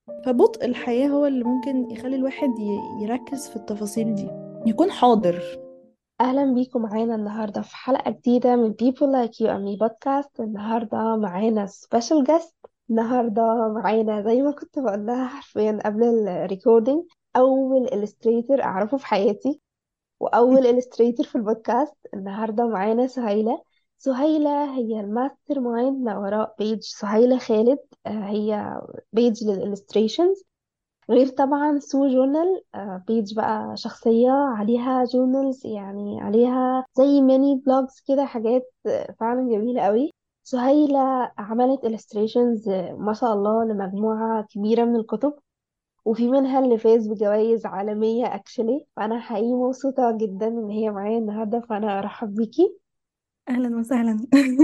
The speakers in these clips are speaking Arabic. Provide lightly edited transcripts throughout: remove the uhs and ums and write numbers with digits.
فبطء الحياة هو اللي ممكن يخلي الواحد يركز في التفاصيل دي، يكون حاضر. أهلا بيكم معانا النهاردة في حلقة جديدة من People Like You and Me podcast. النهاردة معانا special guest. النهاردة معانا زي ما كنت بقول لها حرفيا قبل الريكوردينج، أول illustrator أعرفه في حياتي وأول illustrator في البودكاست. النهاردة معانا سهيلة. سهيلة هي الماستر مايند ما وراء بيج سهيلة خالد. هي بيج للإلستريشنز، غير طبعا سو جورنال، بيج بقى شخصية عليها جورنالز، يعني عليها زي ميني بلوجز كده، حاجات فعلا جميلة قوي. سهيلة عملت illustrations ما شاء الله لمجموعة كبيرة من الكتب، وفي منها اللي فاز بجوائز عالمية اكشلي. فأنا حقيقي مبسوطة جدا إن هي معايا النهاردة، فأنا أرحب بيكي. اهلا وسهلا.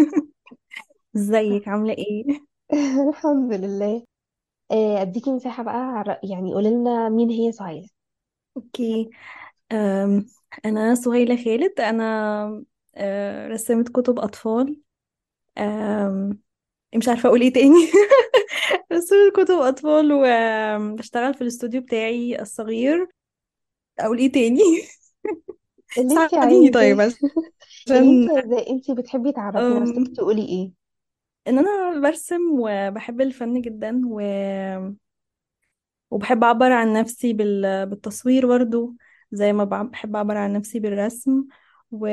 ازيك عاملة ايه؟ الحمد لله. أديكي مساحة بقى، يعني قولي لنا مين هي سهيلة. اوكي. أم، انا سهيلة خالد. انا رسامة كتب اطفال. أم، مش عارفة اقول ايه تاني. رسامة كتب اطفال وبشتغل في الاستوديو بتاعي الصغير. اقول ايه تاني؟ اللي انت ساعديني عايزاه. طيب اللي انت عشان عايزاه، انت بتحبي تعرفي نفسك أم، تقولي ايه؟ ان انا برسم وبحب الفن جدا وبحب اعبر عن نفسي بالتصوير برضو، زي ما بحب اعبر عن نفسي بالرسم و...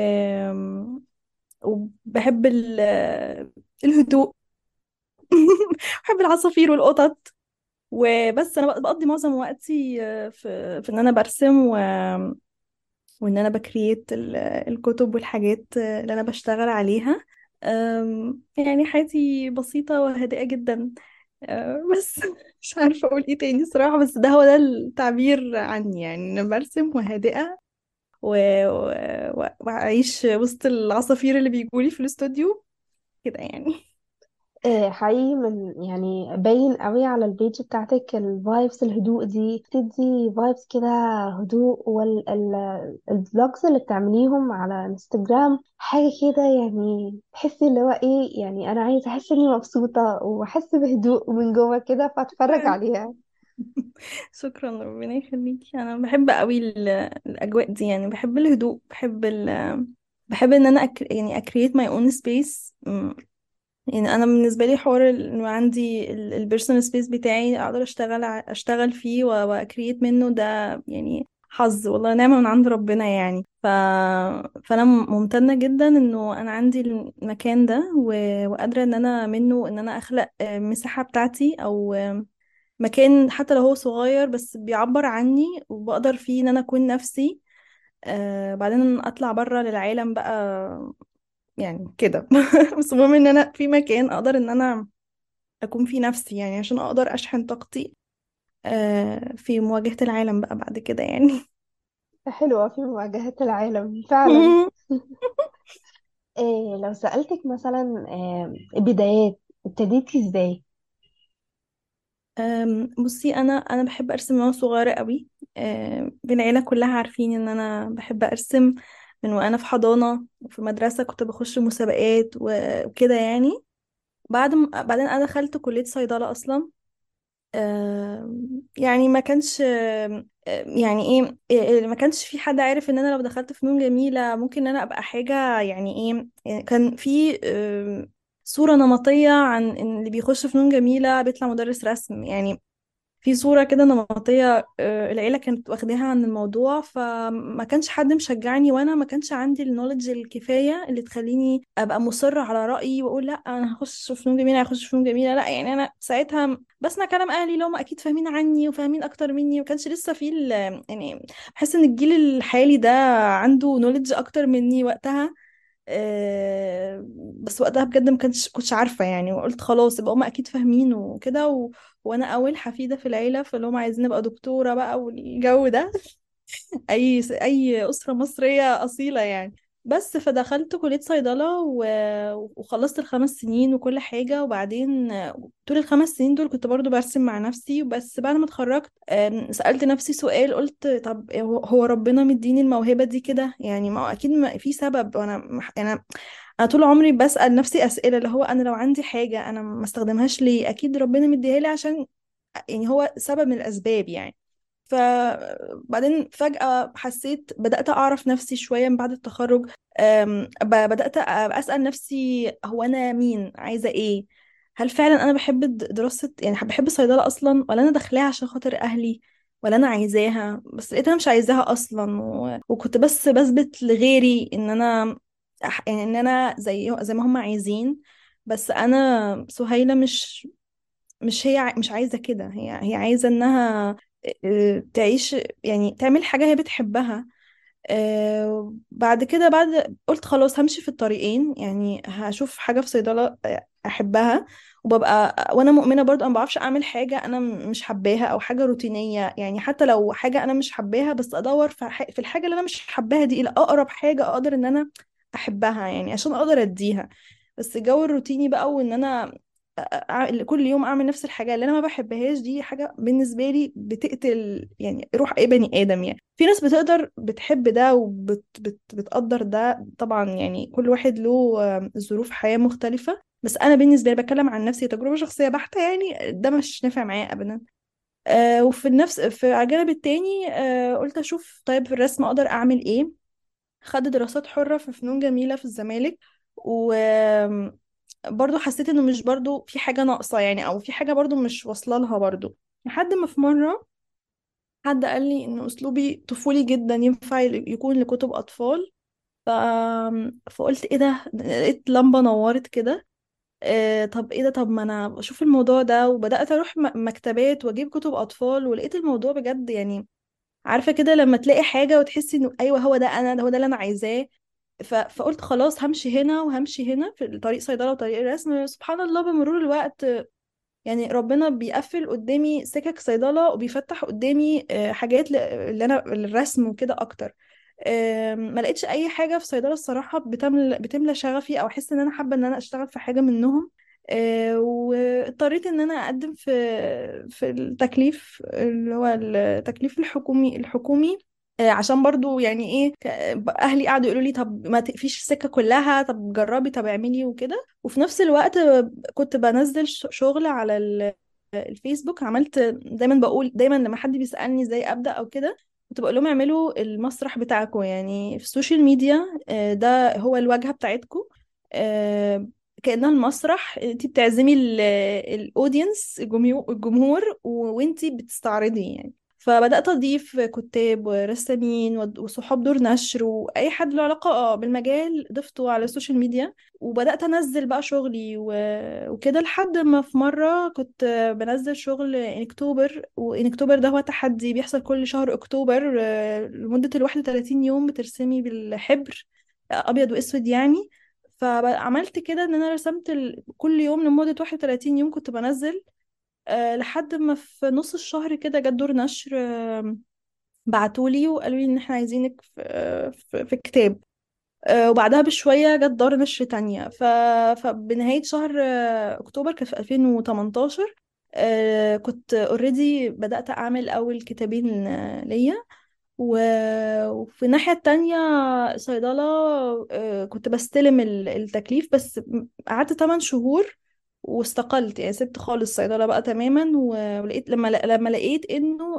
وبحب الهدوء. بحب العصافير والقطط. وبس انا بقضي معظم وقتي في ان انا برسم وان انا بكريت الكتب والحاجات اللي انا بشتغل عليها. يعني حياتي بسيطة وهادئة جدا. بس مش عارفة أقول إيه تاني صراحة، بس ده هو ده التعبير عني، يعني أنا برسم وهادئة وأعيش وسط العصافير اللي بيجولي في الاستوديو كده يعني. حقيقي، من يعني باين قوي على البيج بتاعتك الفايبس الهدوء دي، بتدي فايبس كده هدوء. والبلوجز اللي بتعمليهم على انستجرام حاجة كده، يعني تحسي اللي هو ايه، يعني انا عايزة احس اني مبسوطة واحس بهدوء من جوه كده فاتفرج عليها. شكرا، ربنا يخليكي. أنا بحب قوي الأجواء دي، يعني بحب الهدوء، بحب ان انا يعني اكريت ماي اون سبيس. يعني انا بالنسبه لي حوار انه عندي البيرسونال سبيس بتاعي اقدر اشتغل فيه واكريت منه ده، يعني حظ والله، نعمه من عند ربنا يعني. فانا ممتنه جدا انه انا عندي المكان ده وقادره ان انا منه ان انا اخلق مساحه بتاعتي، او مكان حتى لو هو صغير بس بيعبر عني وبقدر فيه ان انا اكون نفسي. بعدين اطلع بره للعالم بقى يعني كده. بس المهم ان انا في مكان اقدر ان انا اكون فيه نفسي، يعني عشان اقدر اشحن طاقتي في مواجهة العالم بقى بعد كده يعني. حلوة في مواجهة العالم فعلا. لو سألتك مثلا بدايات، ابتديتي ازاي؟ بصي، انا بحب ارسم من وانا صغيره قوي. العيله كلها عارفين ان انا بحب ارسم من وانا في حضانه، وفي مدرسه كنت بخش مسابقات وكده يعني. بعدين انا دخلت كليه صيدله اصلا. يعني ما كانش يعني ايه، ما كانش في حد عارف ان انا لو دخلت فنون جميلة ممكن ان انا ابقى حاجة، يعني ايه يعني. كان في صورة نمطية عن ان اللي بيخش فنون جميلة بيطلع مدرس رسم يعني. في صورة كده نمطية، العيلة كانت واخداها عن الموضوع، فما كانش حد مشجعني، وانا ما كانش عندي النولج الكفاية اللي تخليني ابقى مصرة على رأيي واقول لا انا هخش فنون جميلة، هخش فنون جميلة. لا يعني انا ساعتها بسمع كلام اهلي اللي هم اكيد فاهمين عني وفاهمين اكتر مني، وما كانش لسه في يعني بحس ان الجيل الحالي ده عنده نولج اكتر مني وقتها. بس وقتها بجد ما كنتش عارفة يعني، وقلت خلاص يبقى هما اكيد فاهمين وكده وانا اول حفيدة في العيلة، فاللي هم عايزين ابقى دكتورة بقى والجو ده. اي اسرة مصرية اصيلة يعني. بس فدخلت كلية صيدلة وخلصت ال5 سنين وكل حاجة. وبعدين طول ال5 سنين دول كنت برضو برسم مع نفسي. بس بعد ما اتخرجت سألت نفسي سؤال، قلت طب هو ربنا مديني الموهبة دي كده يعني؟ ما هو أكيد ما في سبب. وأنا أنا طول عمري بسأل نفسي أسئلة، اللي هو أنا لو عندي حاجة أنا ما استخدمهاش ليه؟ أكيد ربنا مديها لي عشان يعني هو سبب من الاسباب يعني. فبعدين فجأة حسيت بدأت أعرف نفسي شوية من بعد التخرج. بدأت أسأل نفسي هو أنا مين، عايزة إيه؟ هل فعلا أنا بحب دراسة، يعني بحب الصيدلة أصلا، ولا أنا داخلاها عشان خاطر أهلي، ولا أنا عايزاها؟ بس لقيت أنا مش عايزاها أصلا، وكنت بس بثبت لغيري إن أنا يعني إن أنا زي ما هم عايزين. بس أنا سهيلة مش عايزة كده. هي عايزة انها تعيش، يعني تعمل حاجة هي بتحبها. بعد كده بعد قلت خلاص همشي في الطريقين، يعني هشوف حاجة في صيدلة أحبها، وأنا مؤمنة برضو أنا ما بعرفش أعمل حاجة أنا مش حباها أو حاجة روتينية. يعني حتى لو حاجة أنا مش حباها، بس أدور في الحاجة اللي أنا مش حباها دي إلى أقرب حاجة أقدر إن أنا أحبها، يعني عشان أقدر أديها. بس الجو الروتيني بقى، وإن أنا كل يوم اعمل نفس الحاجه اللي انا ما بحبهاش، دي حاجه بالنسبه لي بتقتل يعني روح اي بني ادم. يعني في ناس بتقدر بتحب ده وبتقدر ده طبعا، يعني كل واحد له ظروف حياه مختلفه. بس انا بالنسبه لي بتكلم عن نفسي، تجربه شخصيه بحته، يعني ده مش نافع معايا ابدا. وفي النفس في على الجانب التاني قلت اشوف طيب في الرسم اقدر اعمل ايه. خدت دراسات حرة في فنون جميلة في الزمالك، وبرضه حسيت انه مش برضه في حاجة ناقصة، يعني او في حاجة برضه مش واصلة لها برضه. لحد ما في مرة حد قال لي ان اسلوبي طفولي جدا، ينفع يكون لكتب اطفال. ف... فقلت ايه ده، لقيت لمبة نورت كده. طب ايه ده، طب ما انا بشوف الموضوع ده، وبدأت اروح مكتبات واجيب كتب اطفال، ولقيت الموضوع بجد يعني. عارفة كده لما تلاقي حاجة وتحسي انه ايوه هو ده انا، ده هو ده اللي انا عايزاه. فقلت خلاص همشي هنا وهمشي هنا في طريق صيدلة وطريق الرسم. سبحان الله بمرور الوقت يعني ربنا بيقفل قدامي سكك صيدلة وبيفتح قدامي حاجات اللي انا الرسم وكده اكتر. ما لقيتش اي حاجة في صيدلة الصراحة بتملى شغفي او احس ان انا حابة ان انا اشتغل في حاجة منهم. واضطريت ان انا اقدم في التكليف اللي هو التكليف الحكومي. عشان برضو يعني ايه اهلي قعدوا يقولوا لي طب ما تقفيش السكة كلها، طب جربي، طب اعملي وكده. وفي نفس الوقت كنت بنزل شغل على الفيسبوك. عملت دايما، بقول دايما لما حد بيسألني ازاي ابدأ او كده، كنت بقول لهم اعملوا المسرح بتاعكم، يعني في السوشيال ميديا ده هو الواجهة بتاعتكم. كأنها المسرح، انتي بتعزمي الاودينس، الجمهور، وانتي بتستعرضي يعني. فبدأت أضيف كتاب ورسامين وصحاب دور نشر وأي حد له علاقة بالمجال، ضفته على السوشيال ميديا. وبدأت أنزل بقى شغلي وكده، لحد ما في مرة كنت بنزل شغل إنكتوبر. وإنكتوبر ده هو تحدي بيحصل كل شهر أكتوبر لمدة 31 يوم، بترسمي بالحبر أبيض وأسود يعني. فعملت كده ان انا رسمت كل يوم لمدة 31 يوم كنت بنزل. لحد ما في نص الشهر كده جت دور نشر، بعتولي وقالوا لي ان احنا عايزينك في كتاب. وبعدها بشوية جت دار نشر تانية. فبنهاية شهر أكتوبر كان في 2018. كنت اوريدي بدأت أعمل أول كتابين ليا. وفي الناحية التانية صيدلة، كنت بستلم التكليف بس. قعدت 8 شهور واستقلت، يعني سبت خالص صيدلة بقى تماما. ولقيت لما لقيت انه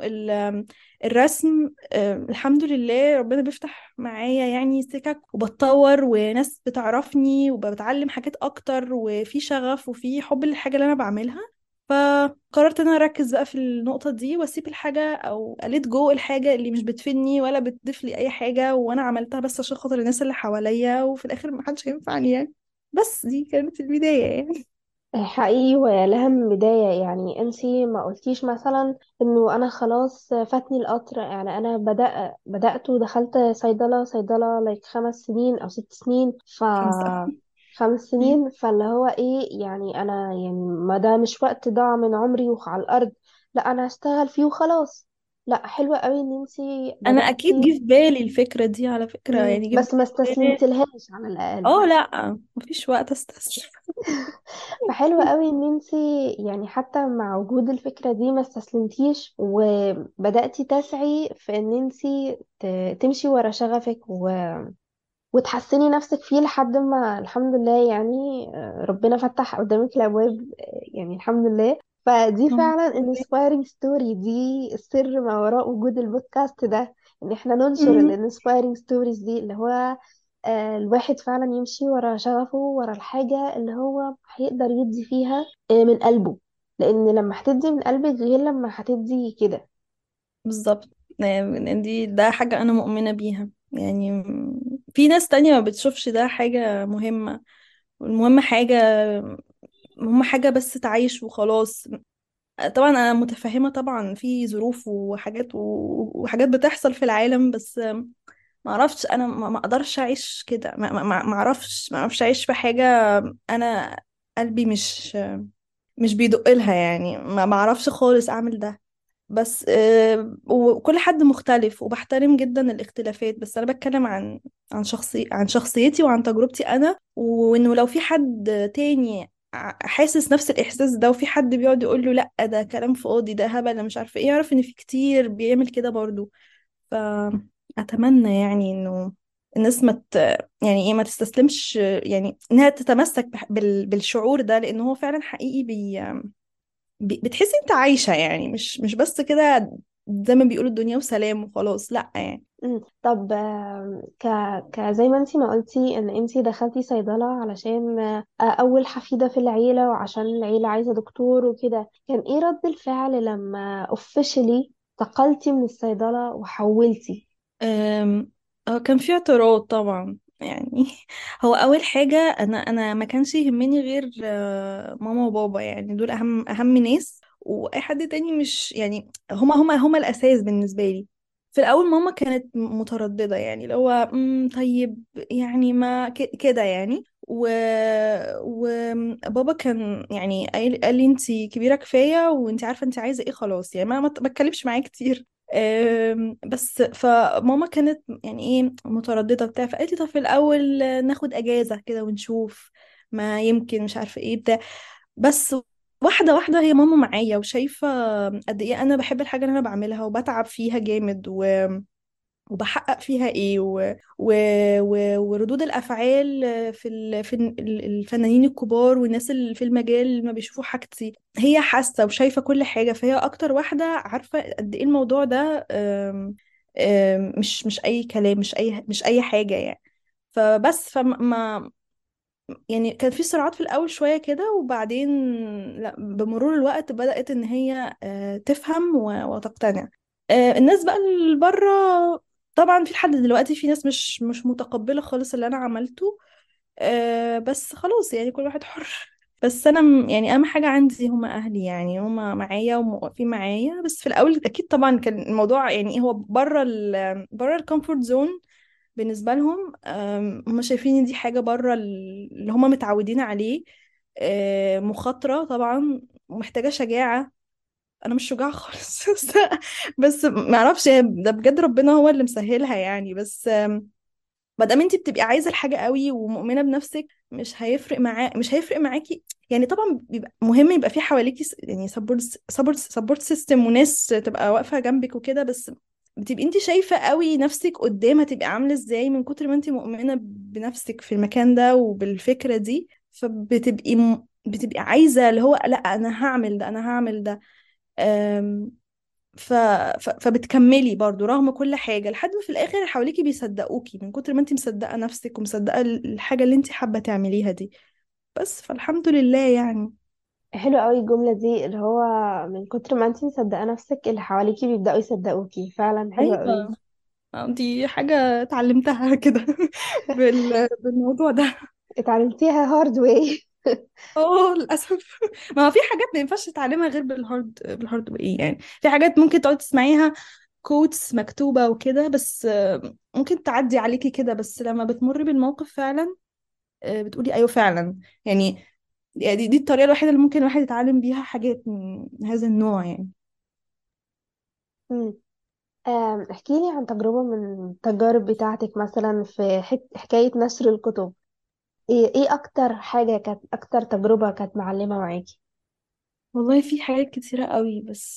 الرسم الحمد لله ربنا بيفتح معايا يعني سكك، وبتطور وناس بتعرفني وبتعلم حاجات اكتر، وفي شغف وفي حب للحاجة اللي انا بعملها. فقررت ان انا اركز بقى في النقطة دي، واسيب الحاجة او اليت جو الحاجة اللي مش بتفيدني ولا بتضيف لي اي حاجة، وانا عملتها بس عشان خاطر الناس اللي حواليا، وفي الاخر ما حدش هينفعني يعني. بس دي كانت البداية يعني. حقيقي ويا لها من بداية. يعني انتي ما قلتيش مثلا انه انا خلاص فاتني القطر. يعني انا بدأت ودخلت صيدلة لايك 5 سنين او 6 سنين. 5. 5 سنين. فاللي هو ايه، يعني انا يعني ما ده مش وقت ضاع من عمري وعلى الارض. لا انا هشتغل فيه وخلاص. لا حلوة قوي ان انتي انا اكيد بدأتي. جه في بالي الفكرة دي على فكرة، يعني جه في بس ما بالي. استسلمتلهاش على الاقل. اه لا مفيش وقت استسلم. فحلو قوي ان انتي يعني حتى مع وجود الفكرة دي ما استسلمتيش، وبدأتي تسعي في ان انتي تمشي ورا شغفك وتحسني نفسك فيه لحد ما الحمد لله يعني ربنا فتح قدامك الابواب. يعني الحمد لله. فدي هم. فعلا inspiring story، دي السر ما وراء وجود البودكاست ده، ان احنا ننشر مم. ال inspiring stories دي، اللي هو الواحد فعلا يمشي ورا شغفه، ورا الحاجة اللي هو هيقدر يدي فيها من قلبه، لان لما هتدي من قلبك غير لما هتدي كده. بالظبط. ده حاجة أنا مؤمنة بيها يعني. في ناس تانية ما بتشوفش ده حاجة مهمة. المهم حاجة، مهم حاجة بس تعيش وخلاص. طبعا أنا متفهمة، طبعا في ظروف وحاجات وحاجات بتحصل في العالم، بس ما اعرفش. انا ما اقدرش اعيش كده. ما اعرفش اعيش في حاجة انا قلبي مش بيدق لها يعني. ما اعرفش خالص اعمل ده. بس وكل حد مختلف وبحترم جدا الاختلافات، بس انا بتكلم عن شخصيتي وعن تجربتي انا، وانه لو في حد تاني حاسس نفس الاحساس ده، وفي حد بيقعد يقول له لا ده كلام فاضي ده هبل أنا مش عارفه ايه، يعرف ان في كتير بيعمل كده برضو. فأتمنى يعني انه الناس يعني ايه ما تستسلمش، يعني انها تتمسك بالشعور ده، لانه هو فعلا حقيقي بتحسي انت عايشة يعني، مش بس كده زي ما بيقولوا الدنيا وسلام وخلاص، لا يعني. طب زي ما انتي ما قلتي ان انتي دخلتي صيدلة علشان اول حفيدة في العيلة، وعشان العيلة عايزة دكتور وكده، كان ايه رد الفعل لما officially انتقلتي من الصيدلة وحولتي؟ أم، هو كان في اعتراض طبعا يعني. هو اول حاجه، انا ما كانش يهمني غير ماما وبابا، يعني دول اهم ناس، واي حد تاني مش يعني. هما الاساس بالنسبه لي. في الاول ماما كانت متردده، يعني اللي هو طيب يعني ما كده يعني. وبابا كان يعني قال لي انتي كبيره كفايه، وانتي عارفه انتي عايزه ايه، خلاص يعني ما اتكلمش معايا كتير. بس فماما كانت يعني ايه مترددة بتاع، فقالت لي طب في الأول ناخد أجازة كده ونشوف، ما يمكن مش عارفة ايه بتاع. بس واحدة واحدة هي ماما معايا وشايفة قد ايه أنا بحب الحاجة اللي أنا بعملها وبتعب فيها جامد وبحقق فيها ايه وردود الافعال الفنانين الكبار والناس اللي في المجال لما بيشوفوا حاجتي، هي حاسه وشايفه كل حاجه، فهي اكتر واحده عارفه قد ايه الموضوع ده. مش اي كلام، مش اي حاجه يعني. فبس فما يعني كان في صراعات في الاول شويه كده، وبعدين لا، بمرور الوقت بدات ان هي تفهم وتقتنع. الناس بقى اللي بره، طبعا في لحد دلوقتي في ناس مش متقبلة خالص اللي انا عملته. بس خلاص يعني كل واحد حر. بس انا يعني اهم حاجة عندي هما اهلي، يعني هما معايا وواقفين معايا. بس في الاول اكيد طبعا كان الموضوع يعني هو بره الكومفورت زون بالنسبة لهم. هما شايفين ان دي حاجة بره اللي هما متعودين عليه. مخاطرة طبعا ومحتاجة شجاعة. انا مش شجاعة خالص. بس ما اعرفش، ده بجد ربنا هو اللي مسهلها يعني. بس ما دام انت بتبقي عايزة الحاجة قوي ومؤمنة بنفسك، مش هيفرق معاكي. يعني طبعا بيبقى مهم يبقى في حواليكي يعني سبورت سيستم وناس تبقى واقفة جنبك وكده، بس بتبقي انت شايفة قوي نفسك قدام هتبقي عاملة ازاي من كتر ما انت مؤمنة بنفسك في المكان ده وبالفكرة دي. بتبقي عايزة اللي هو لا انا هعمل ده، انا هعمل ده. أم، فبتكملي برضو رغم كل حاجة، لحد ما في الآخر اللي حواليكي بيصدقوكي من كتر ما انتي مصدقة نفسك ومصدقة الحاجة اللي انتي حابة تعمليها دي. بس فالحمد لله يعني. حلو قوي الجملة دي، اللي هو من كتر ما انتي مصدقة نفسك اللي حواليكي بيبدأوا يصدقوكي، فعلا حلو قوي. ايوه. دي حاجة اتعلمتها كده بالموضوع ده. اتعلمتيها هارد واي. اه للأسف. ما هو في حاجات ما ينفعش تتعلمها غير بالهارد واي يعني. في حاجات ممكن تقعدي تسمعيها كوتس مكتوبة وكده، بس ممكن تعدي عليكي كده، بس لما بتمر بالموقف فعلا بتقولي ايوه فعلا يعني. دي الطريقه الوحيده اللي ممكن الواحد يتعلم بيها حاجات من هذا النوع يعني. احكي لي عن تجربة من التجارب بتاعتك، مثلا في حكاية نشر الكتب. ايه اكتر حاجة كانت اكتر تجربة كانت معلمة معاكي؟ والله في حاجات كتيره قوي، بس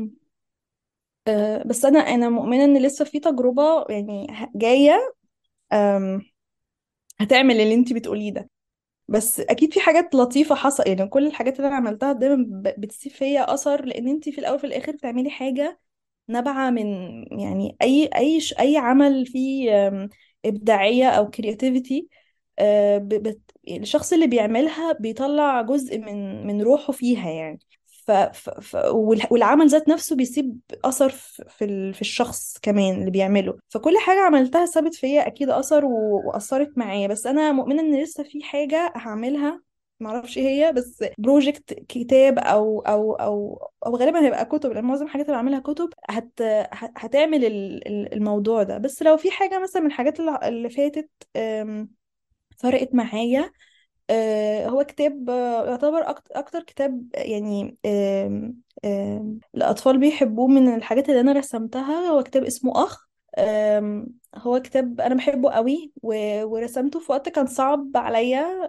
بس انا مؤمنه ان لسه في تجربه يعني جايه. آم، هتعمل اللي انتي بتقوليه ده. بس اكيد في حاجات لطيفه حصل، يعني كل الحاجات اللي انا عملتها دايما بتسيب فيا اثر، لان انت في الاول وفي الاخر بتعملي حاجه نابعه من، يعني اي عمل فيه ابداعيه او كرياتيفيتي. الشخص اللي بيعملها بيطلع جزء من روحه فيها يعني. والعمل ذات نفسه بيسيب أثر في الشخص كمان اللي بيعمله. فكل حاجة عملتها سابت فيا أكيد أثر وأثرت معايا. بس أنا مؤمنة إن لسه في حاجة هعملها، معرفش ايه هي، بس بروجكت كتاب او غالبا هيبقى كتب، لان معظم الحاجات اللي بعملها كتب هتعمل الموضوع ده. بس لو في حاجة مثلا من الحاجات اللي فاتت فرقت معايا، هو كتاب يعتبر أكتر كتاب يعني الأطفال بيحبوه من الحاجات اللي أنا رسمتها. هو كتاب اسمه أخ. هو كتاب أنا بحبه قوي، ورسمته في وقت كان صعب عليا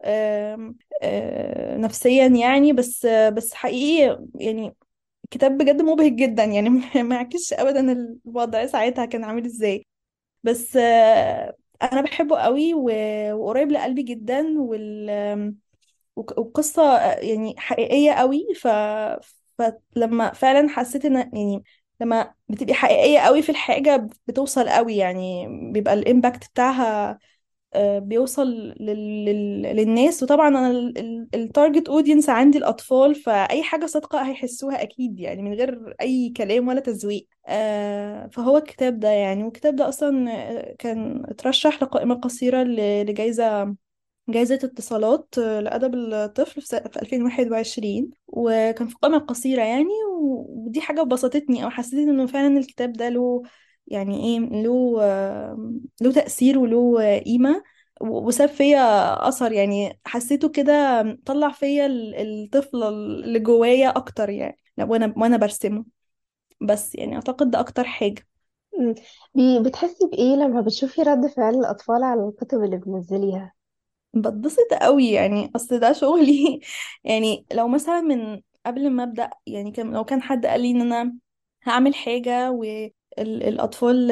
نفسيا يعني. بس حقيقي يعني كتاب بجد مبهج جدا يعني. ما يعكسش أبدا الوضع ساعتها كان عامل ازاي. بس انا بحبه قوي وقريب لقلبي جدا. والقصة يعني حقيقية قوي. فلما فعلا حسيت ان يعني لما بتبقي حقيقية قوي في الحاجة بتوصل قوي يعني، بيبقى الامباكت بتاعها بيوصل للناس. وطبعا انا التارجت اودينس عندي الاطفال، فاي حاجه صادقه هيحسوها اكيد يعني من غير اي كلام ولا تزويق. فهو الكتاب ده يعني، والكتاب ده اصلا كان اترشح لقائمه قصيره جايزة اتصالات لأدب الطفل في 2021، وكان في قائمة قصيرة يعني. ودي حاجة بسطتني، أو حسيت إنه فعلا الكتاب ده له يعني إيه، له تأثير وله قيمة، وساب فيا أثر يعني. حسيته كده طلع فيا الطفل اللي جوايا أكتر يعني، وأنا برسمه. بس يعني أعتقد ده أكتر حاجة. مم. بتحسي بإيه لما بتشوفي رد فعل الأطفال على الكتب اللي بتنزليها؟ بتبسط قوي يعني، اصل ده شغلي. يعني لو مثلا من قبل ما ابدا يعني، لو كان حد قال لي ان انا هعمل حاجه والاطفال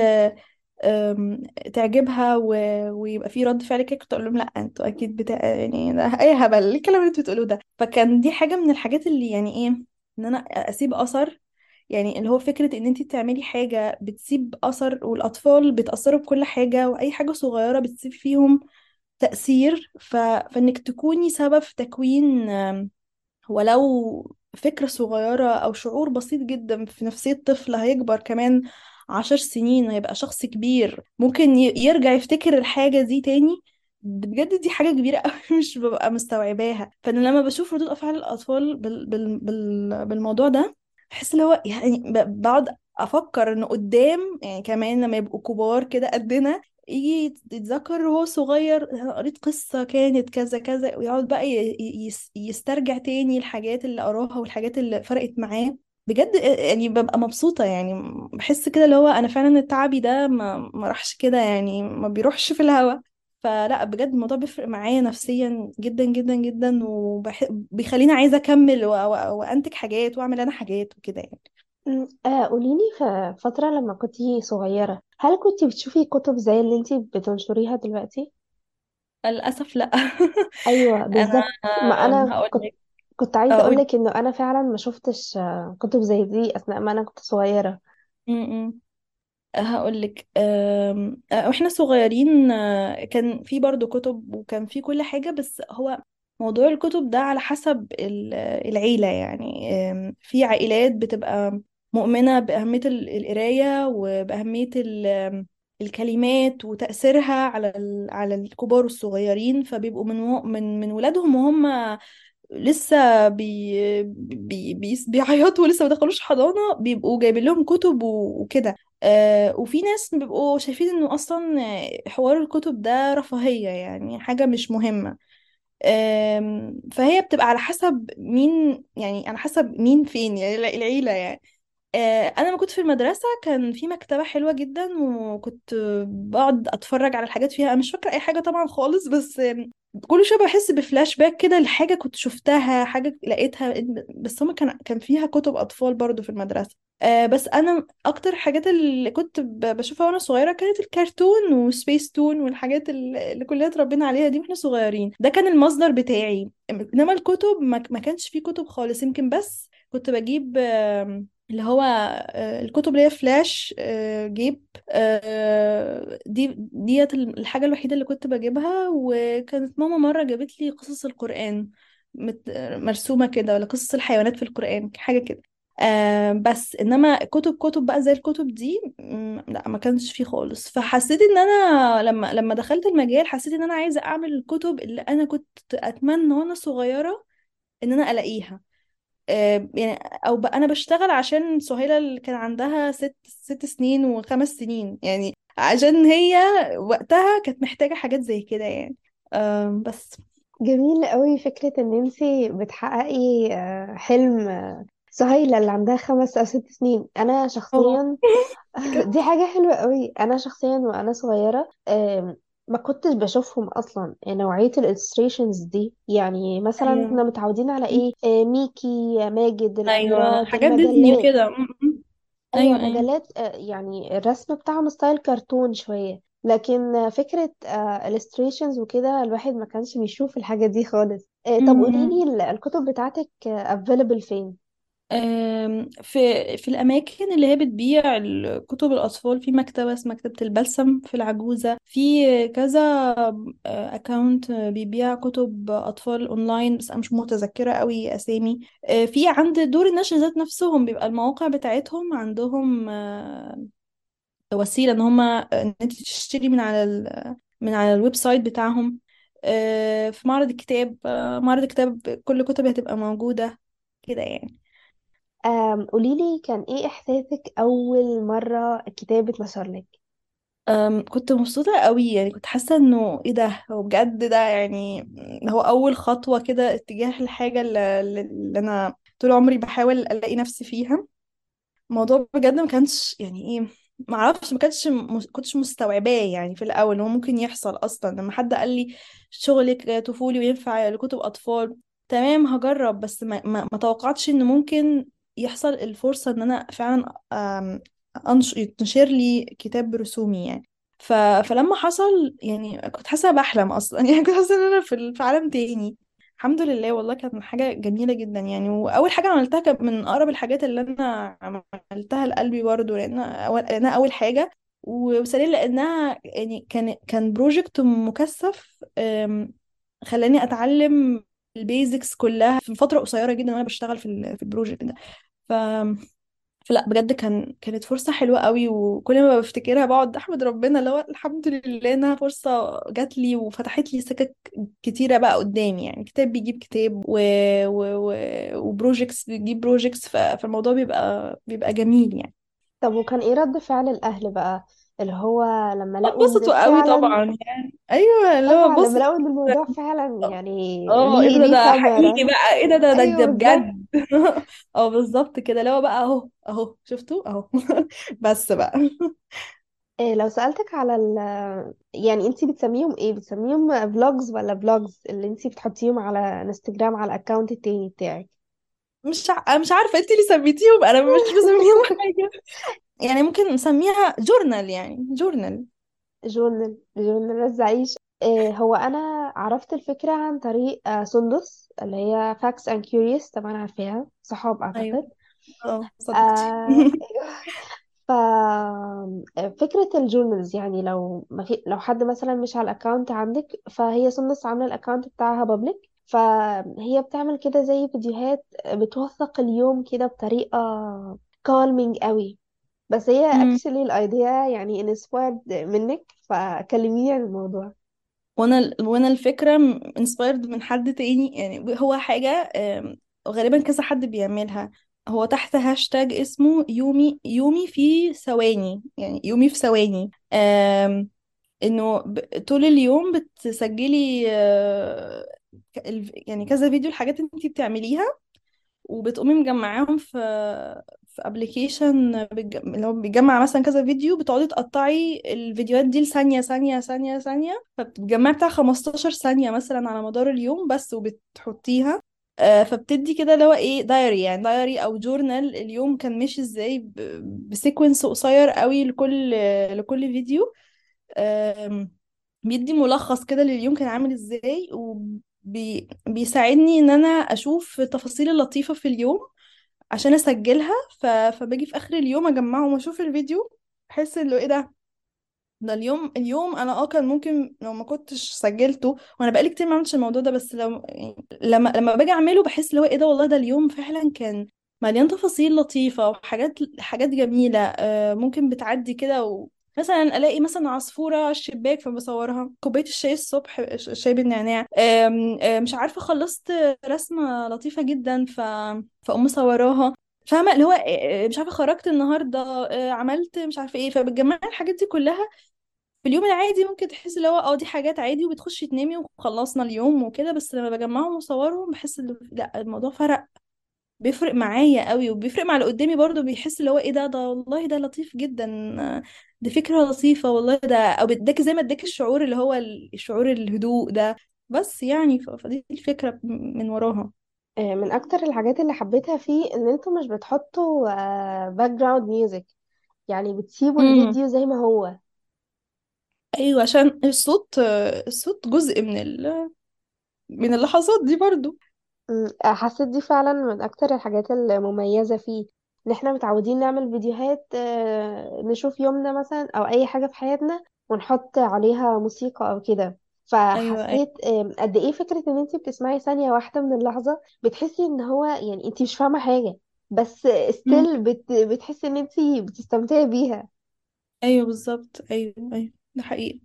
تعجبها ويبقى في رد فعل كده، كنت اقول لهم لا انتوا اكيد يعني ده اي هبل الكلام اللي انتوا بتقولوه ده. فكان دي حاجه من الحاجات اللي يعني ايه، ان انا اسيب اثر. يعني اللي هو فكرة ان انتي تعملي حاجة بتسيب اثر، والاطفال بيتأثروا بكل حاجة، واي حاجة صغيرة بتسيب فيهم تأثير. فإنك تكوني سبب في تكوين ولو فكرة صغيرة أو شعور بسيط جدا في نفسية طفل هيكبر كمان 10 سنين هيبقى شخص كبير، ممكن يرجع يفتكر الحاجة دي تاني. بجد دي حاجة كبيرة قوي. مش ببقى مستوعباها. فأنا لما بشوف ردود أفعال الأطفال بالموضوع ده، بحس اللي هو يعني بقعد أفكر إنه قدام يعني كمان لما يبقوا كبار كده قدنا، يجي يتذكر وهو صغير أنا قريت قصة كانت كذا كذا، ويقعد بقى يسترجع تاني الحاجات اللي قراها والحاجات اللي فرقت معاه. بجد يعني ببقى مبسوطة يعني. بحس كده اللي هو أنا فعلا تعبي ده ما راحش كده يعني، ما بيروحش في الهوا. فلا بجد الموضوع بيفرق معايا نفسيا جدا جدا جدا، وبيخليني عايزة أكمل وأنتج حاجات وأعمل أنا حاجات وكده يعني. قوليلي، في فترة لما كنتي صغيرة هل كنتي بتشوفي كتب زي اللي انتي بتنشريها دلوقتي؟ للأسف لا. أيوة أنا بالظبط. ما أنا هقول كنت لك. كنت عايزة أقول أقولك إنه أنا فعلا ما شفتش كتب زي دي أثناء ما أنا كنت صغيرة. هقول لك واحنا صغيرين كان في برضو كتب وكان في كل حاجة. بس هو موضوع الكتب ده على حسب العيلة يعني. في عائلات بتبقى مؤمنة بأهمية القراية وبأهمية الكلمات وتأثيرها على الكبار والصغيرين، فبيبقوا من ولادهم وهم لسه بيعيطوا ولسه ما دخلوش حضانة، بيبقوا جايبين لهم كتب وكده. وفي ناس بيبقوا شايفين انه اصلا حوار الكتب ده رفاهية يعني حاجة مش مهمة. فهي بتبقى على حسب مين يعني، على حسب مين فين يعني العيلة يعني. انا لما كنت في المدرسه كان في مكتبه حلوه جدا، وكنت بقعد اتفرج على الحاجات فيها. انا مش فاكره اي حاجه طبعا خالص، بس كل شويه بحس بفلاش باك كده لحاجه كنت شفتها، حاجه لقيتها. بس هما كان فيها كتب اطفال برضو في المدرسه. بس انا اكتر حاجات اللي كنت بشوفها وانا صغيره كانت الكرتون وسبيس تون والحاجات اللي كلنا اتربينا عليها دي واحنا صغيرين. ده كان المصدر بتاعي. انما الكتب ما كانش فيه كتب خالص. يمكن بس كنت بجيب اللي هو الكتب اللي هي فلاش جيب. ديت الحاجه الوحيده اللي كنت بجيبها. وكانت ماما مره جابت لي قصص القرآن مرسومه كده، ولا قصص الحيوانات في القرآن، حاجه كده. بس انما كتب بقى زي الكتب دي لا، ما كانش فيه خالص. فحسيت ان انا لما دخلت المجال حسيت ان انا عايزه اعمل الكتب اللي انا كنت اتمنى وانا صغيره ان انا الاقيها. يعني او بقى انا بشتغل عشان سهيلة اللي كان عندها 6 سنين و5 سنين، يعني عشان هي وقتها كانت محتاجه حاجات زي كده يعني. بس. جميل قوي فكرة ان انتي بتحققي حلم سهيلة اللي عندها 5 او 6 سنين. انا اه شخصيا بجد. دي حاجة حلوة قوي. انا شخصيا وانا صغيرة ما كنتش بشوفهم اصلا نوعية الالستريشنز دي. يعني مثلا ايوه. كنا متعودين على ايه؟ ميكي، ماجد، ايوه الاميرات، حاجات ديزني المجلات. وكده. ايوه ايوه ايوه. مجلات. يعني الرسم بتاعهم ستايل كرتون شويه. لكن فكره illustrations وكده الواحد ما كانش بيشوف الحاجه دي خالص. طب قولي أمم. لي الكتب بتاعتك available فين؟ في الأماكن اللي هي بتبيع كتب الأطفال، في مكتبة اسمها مكتبة البلسم في العجوزة، في كذا أكاونت بيبيع كتب أطفال أونلاين، بس أنا مش متذكرة قوي أسامي. في عند دور النشر ذات نفسهم بيبقى المواقع بتاعتهم عندهم وسيلة إن أنت تشتري من على الويب سايت بتاعهم. في معرض الكتاب، معرض الكتاب كل كتب هتبقى موجودة كده يعني. قولي لي كان ايه احساسك اول مره الكتاب اتنشر لك؟ كنت مبسوطة قوي، يعني كنت حاسة انه ايه ده، هو بجد ده يعني هو اول خطوة كده اتجاه الحاجة اللي انا طول عمري بحاول الاقي نفسي فيها. الموضوع بجد ما كانش يعني ايه، ما اعرفش، ما كانش كنتش مستوعباه يعني في الاول هو ممكن يحصل اصلا. لما حد قال لي شغلك طفولي وينفع لكتب اطفال، تمام هجرب، بس ما توقعتش ان ممكن يحصل الفرصة ان انا فعلا يتنشر لي كتاب برسومي يعني. فلما حصل يعني كنت حاسة بحلم اصلا يعني كنت حاسة ان انا في عالم تاني. الحمد لله والله كانت حاجة جميلة جدا يعني. وأول حاجة عملتها كانت من أقرب الحاجات اللي أنا عملتها لقلبي برضه، لأنها أول حاجة. وثانيا لأنها يعني كان بروجكت مكثف. خلاني أتعلم البيزكس كلها في فترة قصيرة جدا وأنا بشتغل في البروجكت ده. ف... فلا بجد كانت فرصة حلوة قوي، وكل ما بفتكرها بقعد أحمد ربنا اللي هو الحمد لله إنها فرصة جات لي وفتحت لي سكك كتيرة بقى قدامي. يعني كتاب بيجيب كتاب وبروجيكتس بيجيب بروجيكتس. فالموضوع بيبقى جميل يعني. طب وكان ايه رد فعل الاهل بقى، اللي هو لما لقوا ان اتبسطوا قوي فعلا؟ طبعا يعني. أيوه اللي هو طبعا لما بص. لقوا ان الموضوع فعلا يعني اه ايه ليه ده، ليه ده ثمرة. حقيقي بقى، ايه ده ايوه بالظبط. بجد. اه بالظبط كده، اللي هو بقى اهو اهو شفتوا اهو. بس بقى. إيه لو سألتك على يعني انتي بتسميهم ايه؟ بتسميهم فلوجز ولا بلوجز اللي انتي بتحطيهم على انستجرام على الاكونت التاني بتاعك؟ مش عارفة انت اللي سميتيهم، انا مش بسميهم حاجة. يعني ممكن نسميها جورنال، يعني جورنال. جورنال رزعيش. إيه هو انا عرفت الفكرة عن طريق سندس اللي هي فاكس اند كيوريوس، طبعا عارفاها، صحاب ايوه. اعتقد. اه صديقتي. آه ف فكرة الجورنالز يعني لو حد مثلا مش على الاكونت عندك، فهي سندس عاملة الاكونت بتاعها بابليك. فهي بتعمل كده زي فيديوهات بتوثق اليوم كده بطريقة calming قوي. بس هي مم. اكشلي الايديا يعني انسبايرد منك، فكلميني عن الموضوع. وانا الفكرة انسبايرد من حد تاني يعني. هو حاجة غالبا كذا حد بيعملها. هو تحت هاشتاج اسمه يومي في ثواني، يعني يومي في ثواني. انه طول اليوم بتسجلي يعني كذا فيديو الحاجات اللي انتي بتعمليها، وبتقومي مجمعاهم في ابلكيشن اللي هو بيجمع مثلا كذا فيديو. بتقعدي تقطعي الفيديوهات دي لثانية ثانية ثانية ثانية، فبتجمعي بتاع 15 ثانية مثلا على مدار اليوم بس، وبتحطيها. فبتدي كده اللي هو ايه دايري، يعني دايري او جورنال اليوم كان ماشي ازاي بسيكونس قصير قوي لكل فيديو. بيدي ملخص كده لليوم كان عامل ازاي، وبيساعدني ان انا اشوف التفاصيل اللطيفة في اليوم عشان اسجلها. فباجي في اخر اليوم اجمعهم واشوف الفيديو، احس انه ايه ده اليوم انا كان ممكن لو ما كنتش سجلته. وانا بقالي كتير ما عملتش الموضوع ده، بس لو يعني لما باجي اعمله بحس اللي هو ايه ده، والله ده اليوم فعلا كان مليان تفاصيل لطيفة وحاجات جميلة. ممكن بتعدي كده، مثلا الاقي مثلا عصفورة على الشباك فبصورها، كوباية الشاي الصبح، الشاي بالنعناع. مش عارفة خلصت رسمة لطيفة جدا فاقوم مصوراها. فاهمة اللي هو مش عارفة خرجت النهاردة، عملت مش عارفة ايه، فبتجمعي الحاجات دي كلها. في اليوم العادي ممكن تحس اللي هو دي حاجات عادي وبتخشي تنامي وخلصنا اليوم وكده، بس لما بجمعهم وصورهم بحس ان لا، الموضوع فرق، بيفرق معايا قوي وبيفرق مع اللي قدامي برضو، بيحس اللي هو ايه ده والله ده لطيف جدا. دي فكرة لطيفة والله، ده او بدك زي ما اداك الشعور اللي هو الشعور الهدوء ده. بس يعني فدي الفكرة من وراها. من اكتر الحاجات اللي حبيتها فيه ان انتوا مش بتحطوا باك جراوند ميوزك، يعني بتسيبوا امم الفيديو زي ما هو. ايوه، عشان الصوت جزء من اللحظات دي برضو. حسيت دي فعلا من اكتر الحاجات المميزة فيه، ان احنا متعودين نعمل فيديوهات نشوف يومنا مثلا او اي حاجة في حياتنا ونحط عليها موسيقى او كده. ايوه، ايوه. فحسيت قد ايه فكرة ان انتي بتسمعي ثانية واحدة من اللحظة بتحسي ان هو يعني انتي مش فاهمة حاجة، بس مم. ستيل بتحسي ان انتي بتستمتعي بيها. ايوه بالظبط، ايوه ايوه، ده حقيقي.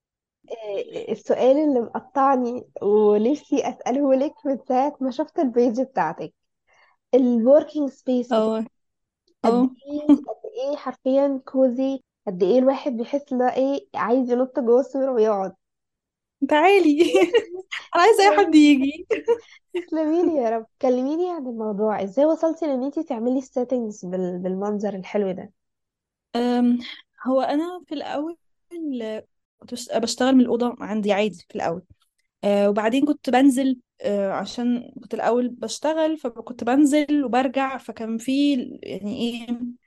السؤال اللي مقطعني ونفسي اسأله لك من ساعة ما شفت البيج بتاعتك، الوركينج سبيس اه، قد اه. ايه قد ايه حرفيا كوزي، قد ايه الواحد بيحس ان هو ايه عايز ينط جوه الصورة ويقعد. تعالي. انا عايزه اي حد يجي. تسلميلي يا رب، كلميني عن الموضوع، ازاي وصلتي لان انتي تعملي السيتنجز بالمنظر الحلو ده؟ أم، هو انا في الاول كنت بشتغل من الاوضه عندي عادي في الاول. وبعدين كنت بنزل، عشان كنت الاول بشتغل فكنت بنزل وبرجع، فكان في يعني ايه،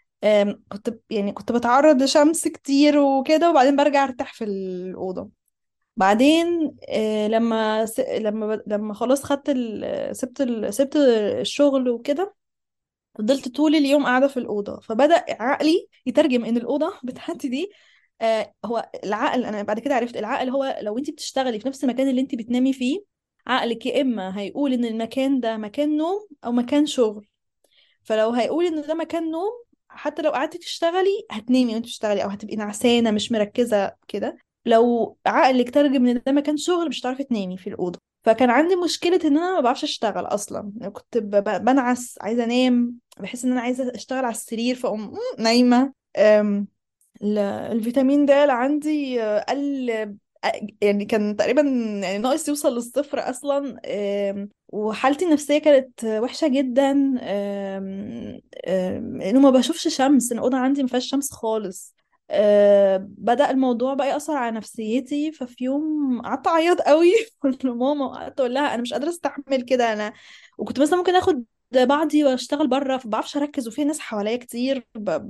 كنت بتعرض لشمس كتير وكده، وبعدين برجع ارتاح في الاوضه. بعدين لما خلاص سبت الشغل وكده، فضلت طول اليوم قاعدة في الأوضة، فبدأ عقلي يترجم إن الأوضة بتاعتي دي، هو العقل. أنا بعد كده عرفت العقل هو لو أنت بتشتغلي في نفس المكان اللي أنت بتنامي فيه، عقلك يا إما هيقول إن المكان ده مكان نوم أو مكان شغل. فلو هيقول إن ده مكان نوم، حتى لو قعدتي تشتغلي هتنامي وانت بتشتغلي، او هتبقي نعسانه مش مركزه كده. لو عقلك ترجم ان ده مكان شغل مش هتعرفي تنامي في الاوضه. فكان عندي مشكله ان انا ما بعرفش اشتغل اصلا، يعني كنت بنعس عايزه انام، بحس ان انا عايزه اشتغل على السرير فاقوم نايمه. الفيتامين د عندي قل، يعني كان تقريبا يعني ناقص يوصل للصفر اصلا. وحالتي النفسيه كانت وحشه جدا. انه ما بشوفش شمس، الاوضه عندي ما فيهاش شمس خالص. بدأ الموضوع بقى يأثر على نفسيتي. ففي يوم قعدت اعيط قوي لماما، وقعدت اقول لها انا مش قادره استحمل كده. انا وكنت مثلا ممكن اخد بعضي واشتغل بره، فبعرفش اركز وفي ناس حواليا كتير.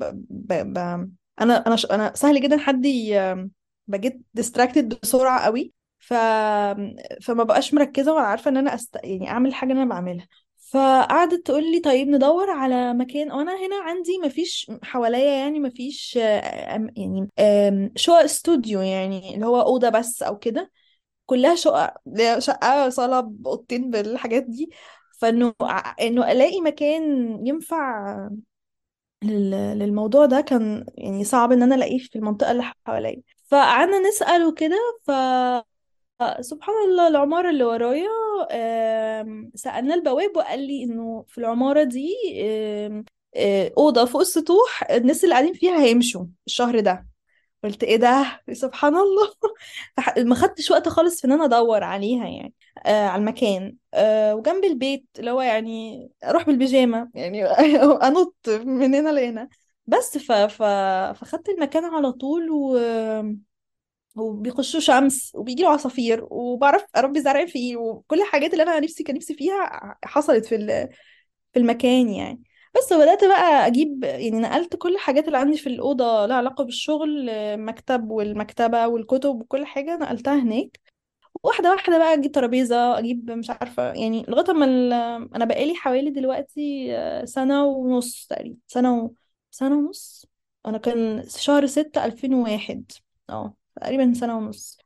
انا سهل جدا حد بجيت ديستراكتد بسرعه قوي. ف فما بقاش مركزه ولا عارفه ان انا يعني اعمل الحاجه اللي انا بعملها. فقعدت تقول لي طيب ندور على مكان، وانا هنا عندي مفيش حواليا، يعني مفيش يعني شقق استوديو، يعني اللي هو اوضه بس او كده. كلها شقه صاله باوضتين بالحاجات دي. انه الاقي مكان ينفع للموضوع ده كان يعني صعب ان انا الاقيه في المنطقة اللي حواليا. فقعدنا نسأل وكده. سبحان الله العمارة اللي ورايا، سألنا البواب وقال لي انه في العمارة دي آم، أوضة فوق السطوح، الناس اللي قاعدين فيها هيمشوا الشهر ده. قلت ايه ده، سبحان الله. ما خدتش وقت خالص في ان انا ادور عليها يعني، على المكان. وجنب البيت اللي هو يعني اروح بالبيجامه يعني انط من هنا لهنا. بس فخدت المكان على طول وبيخشوا شمس وبيجيله عصافير وبعرف اربي زرع فيه، وكل الحاجات اللي انا كان نفسي فيها حصلت في المكان يعني. بس بدأت بقى اجيب، يعني نقلت كل الحاجات اللي عندي في الأوضة لها علاقة بالشغل، مكتب والمكتبة والكتب وكل حاجة نقلتها هناك. واحدة واحدة بقى اجيب ترابيزة، اجيب مش عارفة يعني، لغاية ما انا بقالي حوالي دلوقتي سنة ونص تقريبا، سنة ونص. انا كان شهر 6 2001، اه تقريبا سنة ونص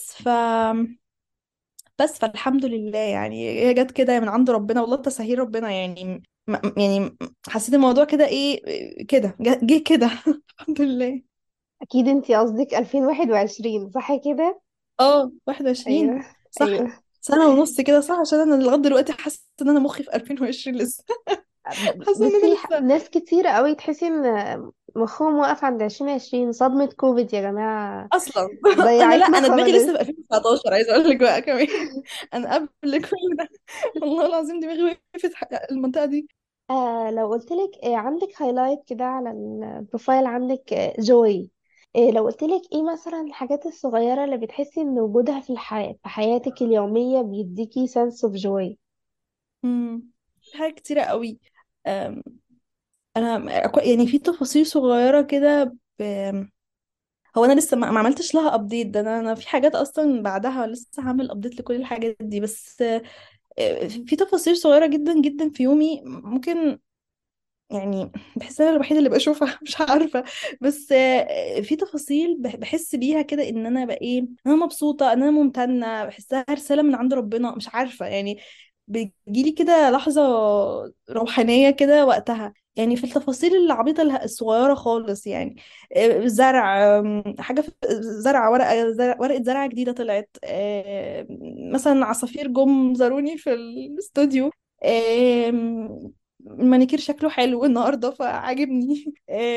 بس فالحمد لله يعني، هي جت كده من عند ربنا والله، تسهيل ربنا يعني. يعني حسيت الموضوع كده ايه كده، جه كده الحمد لله. اكيد انتي قصدك 2021 صح كده؟ اه 21. ايوه. صح. ايوه. سنة ونص كده صح، عشان انا لغاية دلوقتي حاسة ان انا مخي في 2020 لسه. حاسة ان انا بصي لسه ناس كتير قوي تحسي ان مخهم واقف عند 2020، صدمة كوفيد يا جماعة اصلا. انا لا، ضيعتنا انا دماغي خالص. لسه في 2019، عايزه اقول لك بقى كمان. انا قبل كل ده. والله العظيم دماغي وقفت المنطقة دي. لو قلتلك عندك هايلايت كده على البروفايل عندك جوي، لو قلتلك ايه مثلا الحاجات الصغيرة اللي بتحسي ان وجودها في الحياة في حياتك اليومية بيديكي sense of joy؟ في حاجات كتيرة قوي. انا يعني في تفاصيل صغيره كده هو انا لسه ما عملتش لها ابديت ده، انا في حاجات اصلا بعدها لسه هعمل ابديت لكل الحاجات دي. بس في تفاصيل صغيره جدا جدا في يومي ممكن يعني بحس ان انا الوحيده اللي بشوفها مش عارفه. بس في تفاصيل بحس بيها كده ان انا بقى ايه، انا مبسوطه، ان انا ممتنه، بحسها رساله من عند ربنا مش عارفه يعني. بيجيلي كده لحظه روحانيه كده وقتها، يعني في التفاصيل العبيطه الصغيره خالص يعني. زرع، حاجه في زرع، ورقه زرع جديده طلعت، مثلا عصافير جم زاروني في الاستوديو، المانيكير شكله حلو النهارده فعاجبني.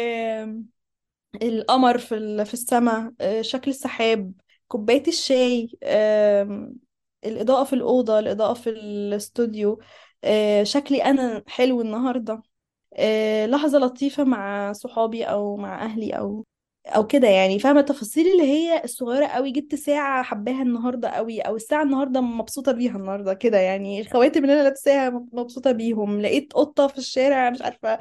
القمر في السماء، شكل السحاب، كوباية الشاي، الإضاءة في الأوضة، الإضاءة في الاستوديو، شكلي أنا حلو النهاردة، لحظة لطيفة مع صحابي أو مع أهلي أو كده يعني. فاهمة التفاصيل اللي هي الصغيرة قوي، جبت ساعة حباها النهاردة قوي، أو الساعة النهاردة مبسوطة بيها النهاردة كده يعني، الخواتم اللي أنا لابساها مبسوطة بيهم، لقيت قطة في الشارع مش عارفة،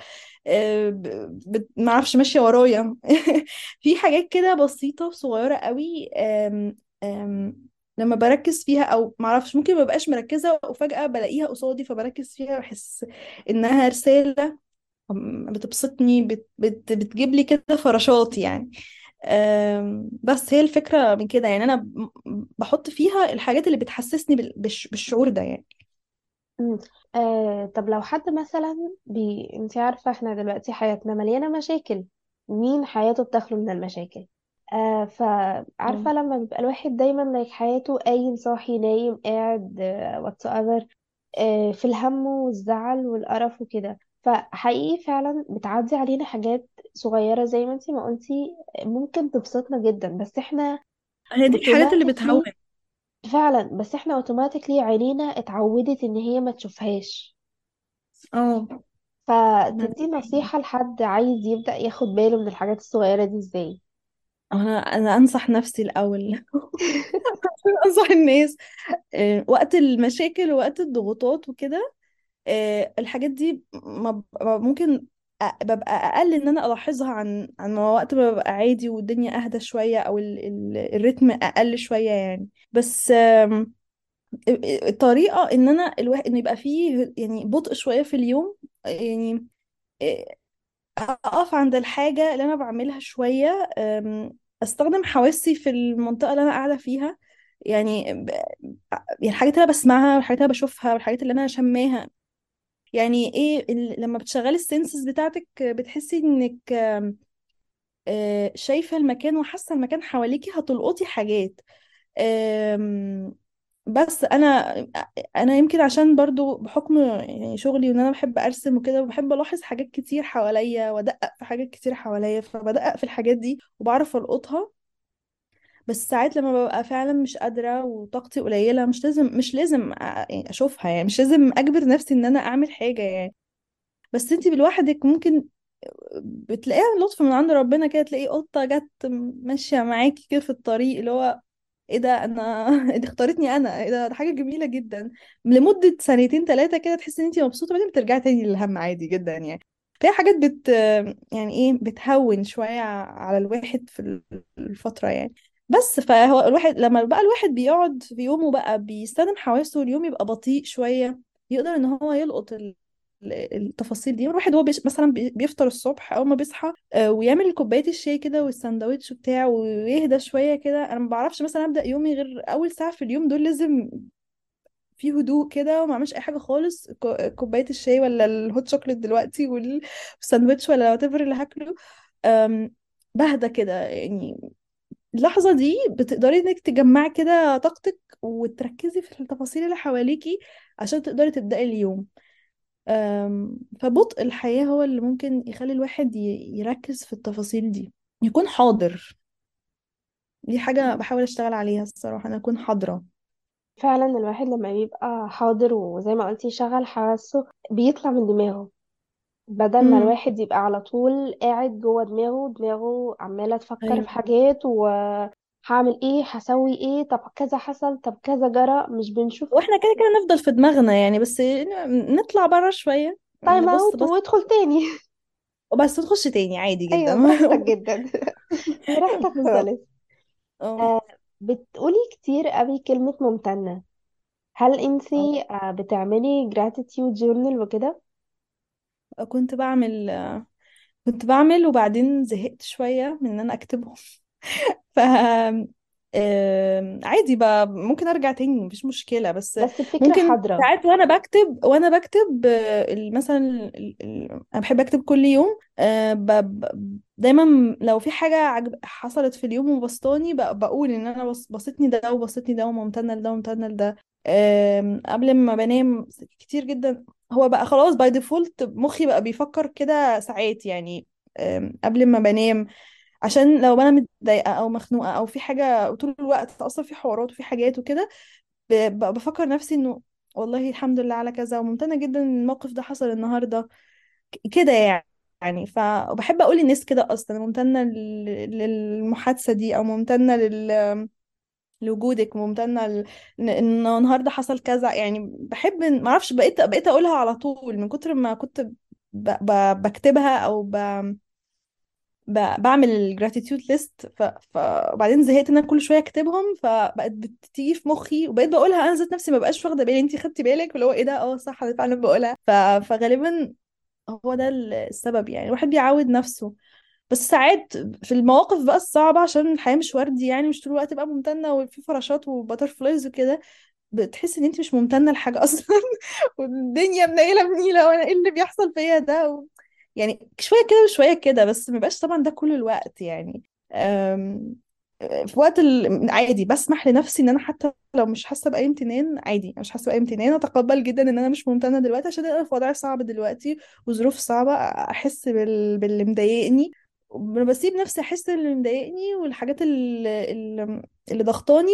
معرفش ماشية ورايا. في حاجات كده بسيطة وصغيرة قوي، لما بركز فيها او معرفش ممكن مبقاش مركزة وفجأة بلاقيها قصادي فبركز فيها، بحس انها رسالة بتبسطني، بتجيب لي كده فراشات يعني. بس هي الفكرة من كده يعني، أنا بحط فيها الحاجات اللي بتحسسني بالشعور ده يعني. مم. طب لو حد مثلا انت عارفة احنا دلوقتي حياتنا مليانة مشاكل، مين حياته بتخلو من المشاكل؟ فعارفة مم. لما بيبقى الواحد دايما حياته قايم صاحي نايم قاعد whatsoever، في الهم والزعل والقرف وكده، فحقيقي فعلا بتعدي علينا حاجات صغيرة زي ما انتي ما قلتي ممكن تبسطنا جدا، بس احنا هي دي الحاجات اللي بتهون. اوتوماتيكلي، فعلا بس احنا اوتوماتيكلي عينينا اتعودت ان هي ما تشوفهاش. اه فتدي نصيحة لحد عايز يبدأ ياخد باله من الحاجات الصغيرة دي ازاي؟ انا انصح نفسي الاول. انصح الناس وقت المشاكل ووقت الضغوطات وكده، الحاجات دي ممكن ببقى اقل ان انا الاحظها عن ما وقت ما ببقى عادي والدنيا اهدى شويه، او الريتم اقل شويه يعني. بس الطريقه ان انا الواحد انه يبقى فيه يعني بطء شويه في اليوم، يعني آه، اقف عند الحاجه اللي انا بعملها شويه، استخدم حواسي في المنطقه اللي انا قاعده فيها، يعني يعني الحاجات اللي انا بسمعها والحاجات اللي انا بشوفها والحاجات اللي انا شماها. يعني ايه لما بتشغلي السنسز بتاعتك بتحسي انك شايفة المكان وحاسة المكان حواليكي، هتلقطي حاجات. آم، بس انا يمكن عشان برضو بحكم يعني شغلي وان انا بحب ارسم وكده، وبحب الاحظ حاجات كتير حواليا وادقق في حاجات كتير حواليا، فبدقق في الحاجات دي وبعرف القطها. بس ساعات لما ببقى فعلا مش قادرة وطاقتي قليلة، مش لازم يعني اشوفها، يعني مش لازم اجبر نفسي ان انا اعمل حاجة يعني. بس انتي لوحدك ممكن بتلاقيها لطف من عند ربنا كده، تلاقي قطة جت ماشية معاكي كده في الطريق، اللي هو ايه ده، انا دي اختارتني انا، ايه ده حاجة جميلة جدا. لمدة سنتين ثلاثة كده تحسي ان انتي مبسوطة، بعدين بترجعي تاني للهم عادي جدا يعني. فهي حاجات يعني ايه بتهون شوية على الواحد في الفترة يعني. بس فهو الواحد لما بقى الواحد بيقعد في يومه بقى بيستخدم حواسه، اليوم يبقى بطيء شوية، يقدر ان هو يلقط التفاصيل دي. الواحد هو مثلا بيفطر الصبح اول ما بيصحى، ويعمل كوبايه الشاي كده والساندوتش بتاعه ويهدى شويه كده. انا ما بعرفش مثلا ابدا يومي غير اول ساعه في اليوم دول، لازم في هدوء كده وما اعملش اي حاجه خالص، كوبايه الشاي ولا الهوت شوكليت دلوقتي والساندوتش ولا وات ايفر اللي هاكله. أم، بهدى كده يعني. اللحظه دي بتقدري انك تجمعي كده طاقتك وتركزي في التفاصيل اللي حواليكي عشان تقدري تبداي اليوم. فبطء الحياة هو اللي ممكن يخلي الواحد يركز في التفاصيل دي، يكون حاضر. دي حاجة بحاول أشتغل عليها الصراحة، أنا أكون حاضرة. فعلا الواحد لما بيبقى حاضر وزي ما قلتي شغل حواسه بيطلع من دماغه، بدل ما امم. الواحد يبقى على طول قاعد جوه دماغه عمالة تفكر في أيوة. حاجات وهعمل ايه هسوي ايه طب كذا حصل طب كذا جرى، مش بنشوف واحنا كده كده نفضل في دماغنا يعني، بس نطلع برا شوية، تايم نبص اوت بس، وادخل تاني. وبس تخش تاني عادي جدا. ايوه براحتك جدا. براحتك بالظبط. خالص. اه. آه بتقولي كتير قوي كلمة ممتنة، هل انتي بتعملي gratitude journal وكده؟ كنت بعمل كنت بعمل وبعدين زهقت شوية من ان انا اكتبهم. ف عادي بقى، ممكن ارجع تاني مفيش مشكلة، بس بس الفكرة ممكن حاضرة. ساعات وانا بكتب مثلا انا بحب اكتب كل يوم. دايما لو في حاجة حصلت في اليوم وبسطاني بقول ان انا بسطني ده وبسطني ده وممتنة لده وممتنة لده. قبل ما بنام كتير جدا، هو بقى خلاص باي ديفولت مخي بقى بيفكر كده ساعات يعني. قبل ما بنام، عشان لو انا متضايقه او مخنوقه او في حاجه طول الوقت اصلا في حوارات وفي حاجات وكده، بفكر نفسي انه والله الحمد لله على كذا وممتنه جدا ان الموقف ده حصل النهارده كده يعني. فبحب اقول للناس كده اصلا ممتنه للمحادثه دي، او ممتنه لوجودك، ممتنه ان النهارده حصل كذا يعني. بحب ما اعرفش، بقيت اقولها على طول من كتر ما كنت بكتبها او بعمل الجراتيتيود ليست. وبعدين زهقت ان انا كل شويه اكتبهم، فبقت بتيجي في مخي وبقيت بقولها انا ذات نفسي، ما بقاش واخده بالي. انتي خدتي بالك اللي هو ايه ده؟ اه صح، انا فعلا بقولها. فغالبا هو ده السبب يعني. الواحد بيعود نفسه. بس ساعات في المواقف بقى الصعبة، عشان الحياة مش وردي يعني، مش طول الوقت بقى ممتنة وفي فراشات وباترفلايز وكده، بتحس ان انت مش ممتنة لحاجة اصلا. والدنيا منيلة بنيلة، وانا ايه اللي بيحصل فيا ده يعني شوية كده وشوية كده، بس ما بقاش طبعا ده كل الوقت يعني. أم... في وقت عادي بسمح لنفسي ان انا حتى لو مش حاسة بأي امتنان، عادي مش حاسة بأي امتنان، اتقبل جدا ان انا مش ممتنة دلوقتي عشان انا في وضع صعب دلوقتي وظروف صعبة، احس باللي مضايقني. بسيب نفسي احس اللي مضايقني والحاجات اللي ضغطاني،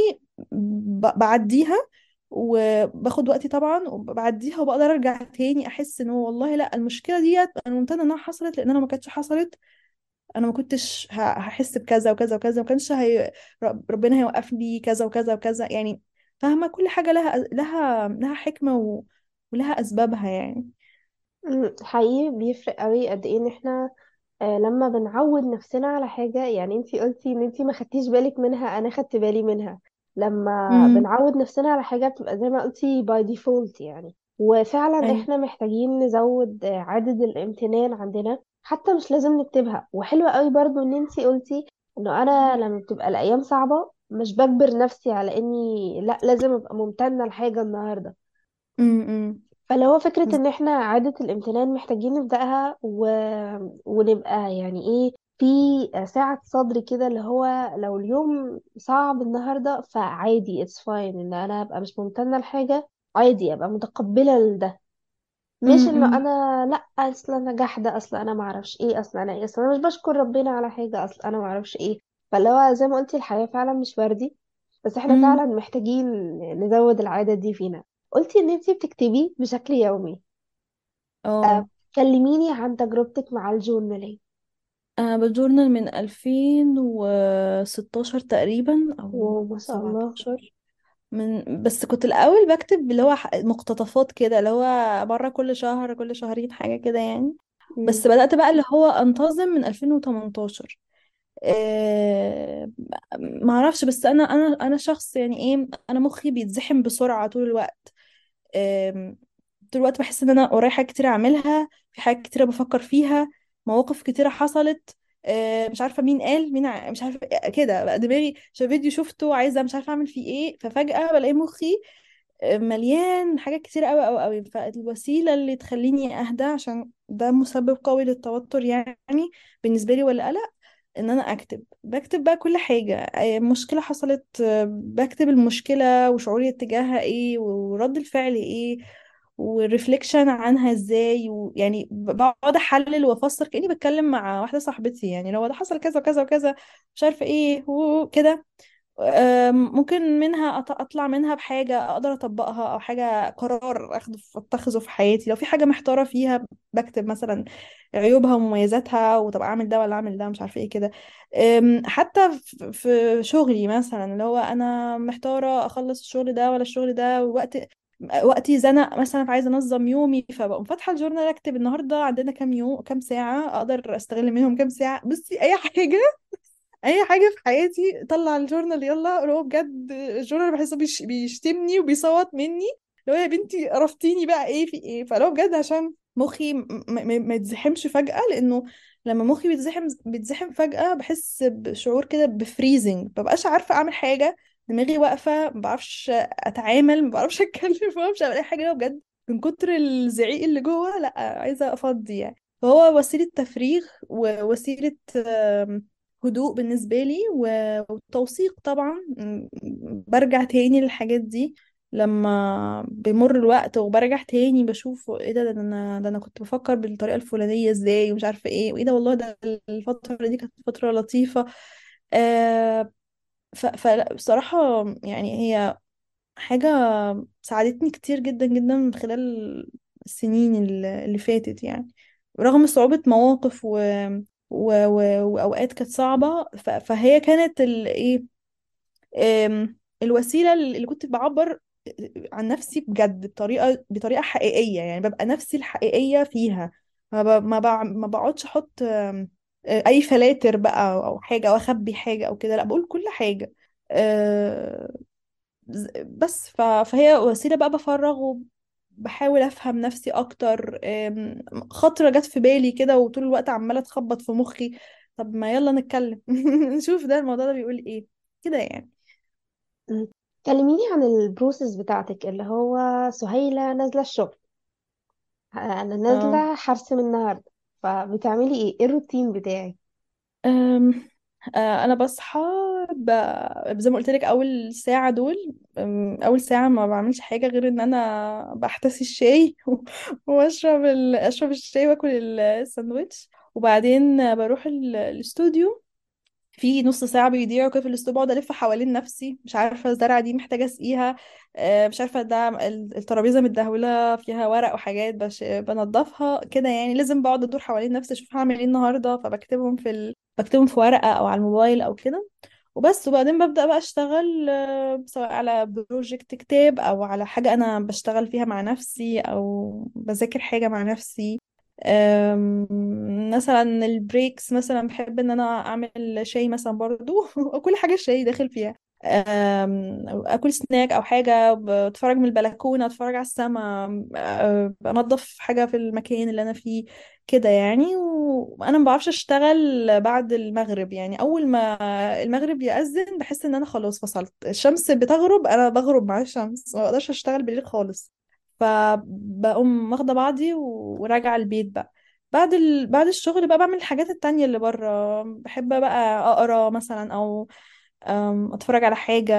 بعديها وباخد وقتي طبعا وبعديها، وبقدر ارجع تاني احس انه والله لا، المشكله ديت انا ممتنه انها حصلت، لان انا ما كانتش حصلت انا ما كنتش هحس بكذا وكذا وكذا، ما كانش ربنا هيوقف لي كذا وكذا وكذا يعني. فاهمه كل حاجه لها حكمه ولها اسبابها يعني. حقيقي بيفرق قوي قد ايه ان احنا لما بنعود نفسنا على حاجة، يعني انتي قلتي ان انتي ما خدتيش بالك منها، انا خدت بالي منها. لما امم. بنعود نفسنا على حاجة بتبقى زي ما قلتي باي ديفولت يعني. وفعلا ايوه. احنا محتاجين نزود عدد الامتنان عندنا، حتى مش لازم نكتبها. وحلوة قوي برضو ان انتي قلتي انه انا لما بتبقى الايام صعبة مش بجبر نفسي على اني لا لازم ابقى ممتنة لحاجة النهاردة. امم. فاللي هو فكرة ان احنا عادة الامتنان محتاجين نبدأها ونبقى يعني ايه في سعة صدر كده، اللي هو لو اليوم صعب النهاردة فعادي it's fine ان انا ابقى مش ممتنة لحاجة، عادي ابقى متقبلة لده. مش انه امم. انا لا اصل انا جحدة، اصل انا معرفش ايه، اصل انا ايه، اصل انا مش بشكر ربنا على حاجة، اصل انا معرفش ايه. فاللي هو زي ما قلتي الحياة فعلا مش وردي، بس احنا فعلا امم. محتاجين نزود العادة دي فينا. قلتي ان انتي بتكتبي بشكل يومي. اه. كلميني عن تجربتك مع الجورنالينج. أنا بجورنال من 2016 تقريبا أو وما شاء الله. 17. بس كنت الأول بكتب اللي هو مقتطفات كده، اللي هو مرة كل شهر كل شهرين حاجة كده يعني. امم. بس بدأت بقى اللي هو أنتظم من 2018. أه ما اعرفش، بس انا شخص يعني ايه، انا مخي بيتزحم بسرعة طول الوقت. آم، طول الوقت بحس ان انا ورايا حاجات كتير اعملها، في حاجات كتيرة بفكر فيها، مواقف كتيرة حصلت. مش عارفة مين قال مين مش عارفة كده بقى دماغي فيديو شفته عايزة مش عارفة اعمل فيه ايه، ففجأة بلاقي مخي مليان حاجات كتير قوي قوي قوي. فالوسيلة اللي تخليني اهدى، عشان ده مسبب قوي للتوتر يعني بالنسبة لي والقلق، ان انا بكتب بقى كل حاجة. مشكلة حصلت، بكتب المشكلة وشعوري اتجاهها ايه ورد الفعل ايه والرفليكشن عنها ازاي، ويعني بقعد احلل وافسر كأني بتكلم مع واحدة صاحبتي، يعني لو ده حصل كذا وكذا وكذا مش عارفة ايه وكده. ممكن منها اطلع منها بحاجة اقدر اطبقها، او حاجة قرار اتخذه في حياتي. لو في حاجة محتارة فيها بكتب مثلا عيوبها ومميزاتها، وطب اعمل ده ولا اعمل ده مش عارفة ايه كده. حتى في شغلي مثلا، اللي هو انا محتارة اخلص الشغل ده ولا الشغل ده، وقتي زنق مثلا، فعايزه انظم يومي، فبقوم فاتحه الجورنال اكتب النهارده عندنا كام يوم كام ساعه اقدر استغل منهم كام ساعه. بصي اي حاجه اي حاجه في حياتي طلع الجورنال يلا. اللي هو بجد الجورنال بحسه بيشتمني وبيصوت مني، اللي هو يا بنتي قرفتيني بقى ايه في ايه. فلو بجد عشان مخي ما يتزحمش فجأة، لانه لما مخي بيتزحم فجأة بحس بشعور كده بفريزنج، مببقاش عارفة اعمل حاجة، دماغي واقفة، ما بعرفش اتعامل، ما بعرفش اتكلم، ما بعرفش اعمل اي حاجة. لو بجد من كتر الزعيق اللي جوه، لا عايزة افضي يعني. فهو وسيلة تفريغ ووسيلة هدوء بالنسبة لي وتوثيق طبعا. برجع تاني للحاجات دي لما بيمر الوقت، وبرجع تاني بشوف ايه ده انا كنت بفكر بالطريقة الفلانية ازاي ومش عارفة ايه، وايه ده والله ده الفترة دي كانت فترة لطيفة. آه فلا بصراحة يعني هي حاجة ساعدتني كتير جدا جدا من خلال السنين اللي فاتت يعني، رغم صعوبة مواقف وأوقات كانت صعبة. فهي كانت ايه، الوسيلة اللي كنت بعبر عن نفسي بجد بطريقة حقيقية، يعني ببقى نفسي الحقيقية فيها. ما بقعدش احط اي فلاتر بقى او حاجة او اخبي حاجة او كده، لا بقول كل حاجة. آه، بس فهي وسيلة بقى بفرغ وبحاول أفهم نفسي أكتر. خطرة جت في بالي كده وطول الوقت عمالة تخبط في مخي، طب ما يلا نتكلم نشوف ده الموضوع ده بيقول ايه كده يعني. مم. كلميني عن البروسيس بتاعتك، اللي هو سهيلة نازلة الشغل، انا اه نازلة هرسم النهاردة، فبتعملي ايه الروتين بتاعي؟ أم، انا بصحى، زي ما قلت لك اول ساعه دول، اول ساعه ما بعملش حاجه غير ان انا بحتسي الشاي واشرب اشرب الشاي واكل الساندوتش. وبعدين بروح الاستوديو، في نص ساعة بيضيعوا كده في الاسطول، بقعد ألف حوالين نفسي، مش عارفة الزرعة دي محتاجة أسقيها، مش عارفة ده الترابيزة متدهولة فيها ورق وحاجات بنضفها كده يعني. لازم بقعد أدور حوالين نفسي أشوف هعمل ايه النهاردة، فبكتبهم بكتبهم في ورقة أو على الموبايل أو كده وبس. وبعدين ببدأ بقى أشتغل، سواء على بروجكت كتاب أو على حاجة أنا بشتغل فيها مع نفسي أو بذاكر حاجة مع نفسي. مثلا البريكس مثلا بحب ان انا اعمل شاي مثلا برضو وكل حاجه الشاي داخل فيها. اكل سناك او حاجه، بتفرج من البلكونه، اتفرج على السما، انضف حاجه في المكان اللي انا فيه كده يعني. وانا ما بعرفش اشتغل بعد المغرب، يعني اول ما المغرب يأذن بحس ان انا خلاص فصلت، الشمس بتغرب انا بغرب مع الشمس، ما بقدرش اشتغل بالليل خالص. فبقوم واخدة بعضي وراجعة البيت بقى. بعد الشغل بقى بعمل الحاجات التانية اللي بره، بحب بقى أقرأ مثلا، أو أتفرج على حاجة،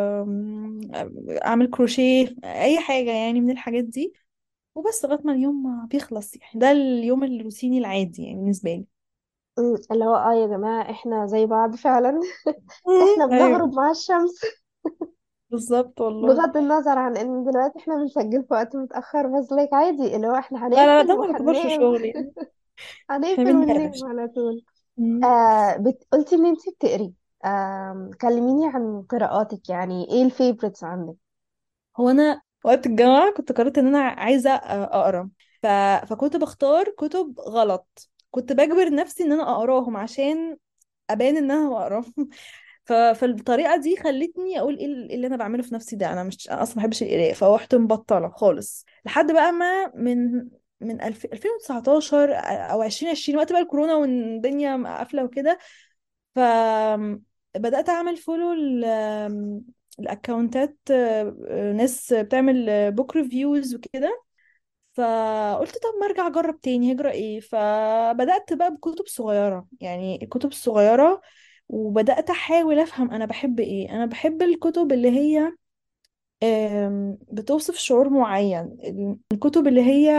أعمل كروشيه، أي حاجة يعني من الحاجات دي. وبس لغاية ما اليوم ما بيخلص، يعني ده اليوم الروتيني العادي يعني بالنسبة لي. اللي هو يا جماعة احنا زي بعض فعلا. احنا ايوه بنغرب مع الشمس. بالظبط والله. بغض النظر عن ان دلوقتي احنا بنسجل في وقت متأخر، بس لك عادي اللي هو احنا لا لا لا، هنقفل ده ما يعتبرش وهننام. شغل يعني. احنا هنقفل وننام بنهرج. على طول. مم. قلتي ان انتي بتقري. كلميني عن قراءاتك، يعني ايه الفيفوريتس عندك؟ هو انا وقت الجامعه كنت قررت ان انا عايزه اقرا. ف... فكنت بختار كتب غلط، كنت بجبر نفسي ان انا اقراهم عشان ابان ان انا بقرا. فالطريقه دي خلتني اقول ايه اللي انا بعمله في نفسي ده، انا مش أنا اصلا ما بحبش القرايه، فروحت مبطله خالص لحد بقى ما من 2019 او 2020، وقت بقى الكورونا والدنيا قافله وكده. فبدأت أعمل فولو الأكاونتات، ناس بتعمل بوك ريفيوز وكده. فقلت طب ما ارجع اجرب تاني، هجرة ايه؟ فبدأت بقى بكتب صغيرة، يعني الكتب الصغيرة. وبدأت احاول افهم انا بحب ايه. انا بحب الكتب اللي هي بتوصف شعور معين، الكتب اللي هي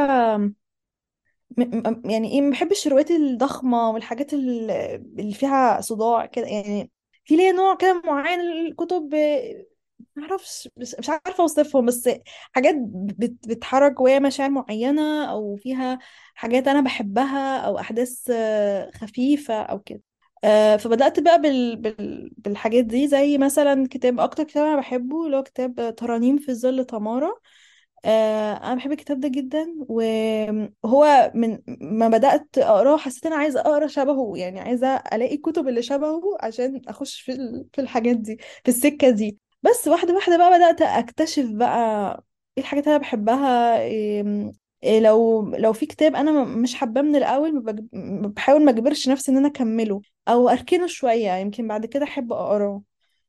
يعني ايه، ما بحبش الروايات الضخمة والحاجات اللي فيها صداع كده يعني. في ليا نوع كده معين من الكتب، ما اعرفش، مش عارفة اوصفهم، بس حاجات بتحرك جوايا مشاعر معينة، او فيها حاجات انا بحبها، او احداث خفيفة او كده. فبدأت بقى بالحاجات دي، زي مثلا كتاب، اكتر كتاب انا بحبه اللي هو كتاب ترانيم في ظل تمارا. انا بحب الكتاب ده جدا، وهو من ما بدأت اقراه حسيت انا عايزه اقرا شبهه، يعني عايزه الاقي الكتب اللي شبهه عشان اخش في الحاجات دي، في السكه دي. بس واحده واحده بقى بدأت اكتشف بقى ايه الحاجات اللي انا بحبها. إيه لو في كتاب انا مش حباه من الاول، بحاول ما اجبرش نفسي ان انا اكمله، او اركنه شويه، يمكن بعد كده احب اقراه.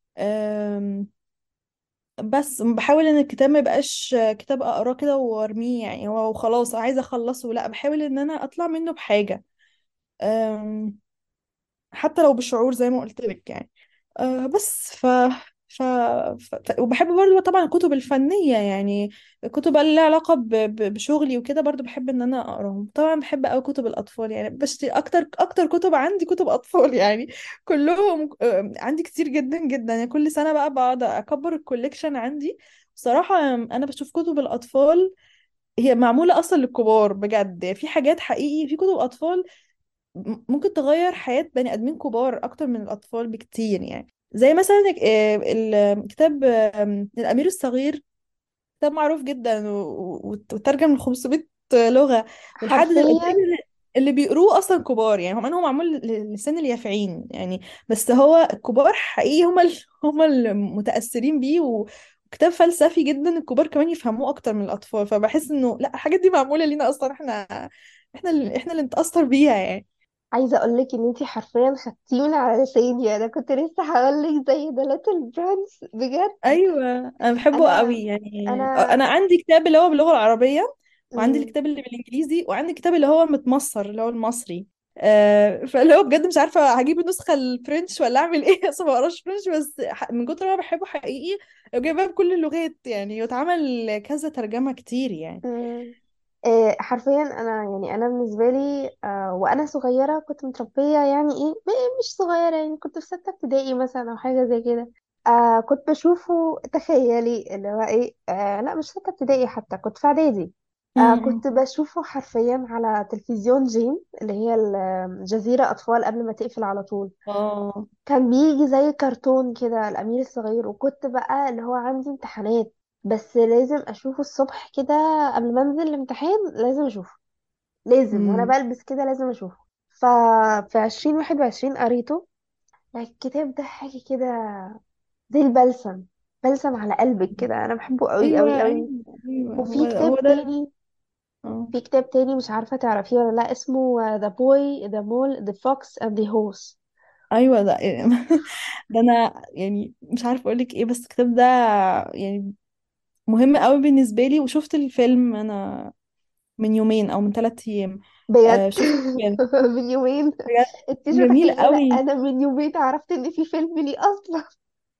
بس بحاول ان الكتاب ما يبقاش كتاب اقراه كده وارميه، يعني هو وخلاص عايزه اخلصه، لا بحاول ان انا اطلع منه بحاجه، حتى لو بشعور زي ما قلت لك يعني. بس وبحب برضو طبعا الكتب الفنية، يعني الكتب اللي لها علاقة بشغلي وكده، برضو بحب ان انا اقراهم. طبعا بحب اوي كتب الاطفال، يعني بشتري اكتر كتب عندي كتب اطفال يعني. كلهم عندي كتير جدا جدا، يعني كل سنة بقى بقعد اكبر الكوليكشن عندي. بصراحة انا بشوف كتب الاطفال هي معمولة اصلا للكبار بجد، في حاجات حقيقي في كتب اطفال ممكن تغير حياة بني آدمين كبار أكتر من الأطفال بكتير، يعني زي مثلا الكتاب الأمير الصغير. كتاب معروف جدا وترجم ل 500 لغة، ولحد دلوقتي حرفيا اللي بيقروه أصلا كبار، يعني هم معمول لسن اليافعين يعني. بس هو الكبار حقيقي هم هم المتأثرين بيه، وكتاب فلسفي جدا، الكبار كمان يفهموه أكتر من الأطفال. فبحس إنه لا، الحاجات دي معمولة لينا أصلا، احنا اللي نتأثر بيها يعني. عايزه اقول لك ان انتي حرفيا خدتيه من على لساني. انا كنت لسه هقول لك زي ذا ليتل برنس بجد. ايوه انا بحبه انا قوي يعني. انا انا عندي كتاب اللي هو باللغه العربيه، وعندي مم. الكتاب اللي بالانجليزي، وعندي الكتاب اللي هو متمصر اللي هو المصري. فاللي هو بجد مش عارفه هجيب النسخه الفرنش ولا اعمل ايه. اصلا ما بقراش فرنش، بس من كتر ما أنا بحبه حقيقي جايباه بكل اللغات يعني، واتعمل كذا ترجمه كتير يعني. مم. حرفيا انا يعني انا بالنسبه لي وانا صغيره كنت متربيه، يعني ايه مش صغيره، يعني كنت في 6 ابتدائي مثلا او حاجه زي كده. كنت بشوفه، تخيلي اللي هو ايه، لا مش 6 ابتدائي، حتى كنت في اعدادي. امم. كنت بشوفه حرفيا على تلفزيون جيم، اللي هي الجزيره اطفال قبل ما تقفل على طول. اه. كان بيجي زي كرتون كده الأمير الصغير، وكنت بقى اللي هو عندي امتحانات بس لازم أشوفه الصبح كده قبل ما أنزل الامتحان، لازم أشوفه، لازم وأنا امم. بلبس كده لازم أشوفه. ففي 2021 قريته. الكتاب ده حاجة كده زي البلسم، بلسم على قلبك كده، أنا بحبه قوي قوي ايوه قوي. ايوه ايوه، هو وفي هو كتاب ده. تاني اه. في كتاب تاني مش عارفة تعرفيه ولا لأ، اسمه The Boy the Mole the Fox and the Horse. ايوه ده. ده انا يعني مش عارفه اقول لك ايه، بس الكتاب ده يعني مهم قوي بالنسبة لي. وشفت الفيلم أنا من يومين أو من 3 أيام. بجد. شفت الفيلم. من يومين؟ بجد انت مش جميل متخيلة قوي. انا من يومين عرفت ان في فيلم ليه اصلا.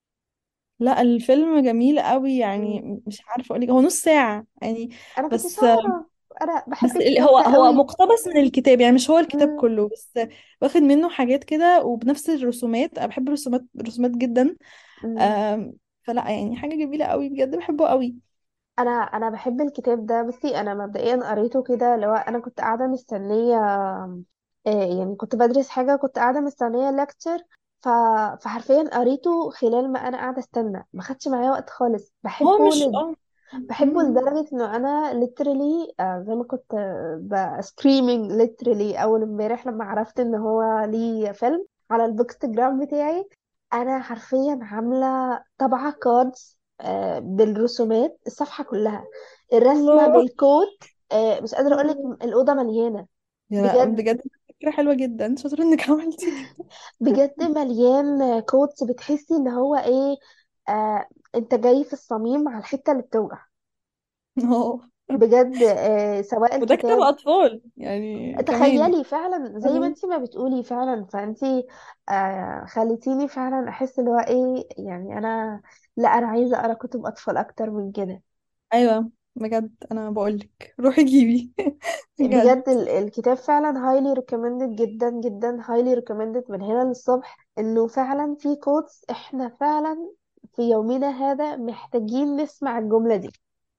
لا الفيلم جميل قوي مم. يعني، مش عارفة أقولك هو نص ساعة يعني. انا كنتش بس اعرف. انا بحب هو الكتاب ده هو قوي. مقتبس من الكتاب، يعني مش هو الكتاب مم. كله بس، واخد منه حاجات كده، وبنفس الرسومات. أنا بحب الرسومات جدا. مم. فلا يعني حاجة جميلة قوي بجد، بحبه قوي. انا بحب الكتاب ده. بصي انا مبدئيا قريته كده، لو انا كنت قاعده مستنيه يعني كنت بدرس حاجه، كنت قاعده مستنيه ليكتشر، فحرفيا قريته خلال ما انا قاعده استنى، ما خدش معايا وقت خالص. هو مش اه. بحبه مم. لدرجه انه انا literally زي ما كنت screaming literally اول امبارح لما عرفت ان هو ليه فيلم على البوكستجرام بتاعي. انا حرفيا عامله طبعه كاردز بالرسومات الصفحه كلها، الرسمه الله. بالكود. مش قادره اقولك الاوضه مليانه. يا لا بجد بجد، فكرة حلوة جدا، شاطرة انك عملتي كده. بجد مليان كوتس، بتحسي ان هو ايه، انت جاي في الصميم على الحته اللي بتوجع. اه. بجد سواء وده كتاب الكتاب. اطفال يعني كمان. تخيلي فعلا زي ما اه. انتي ما بتقولي فعلا، فانتي خليتيني فعلا احس اللي هو ايه يعني انا، لا انا عايزه اقرا كتب اطفال اكتر من كده. ايوه بجد، انا بقولك روحي جيبي. بجد. بجد الكتاب فعلا highly recommended جدا جدا، highly recommended من هنا للصبح، انه فعلا في كوتس احنا فعلا في يومنا هذا محتاجين نسمع الجمله دي.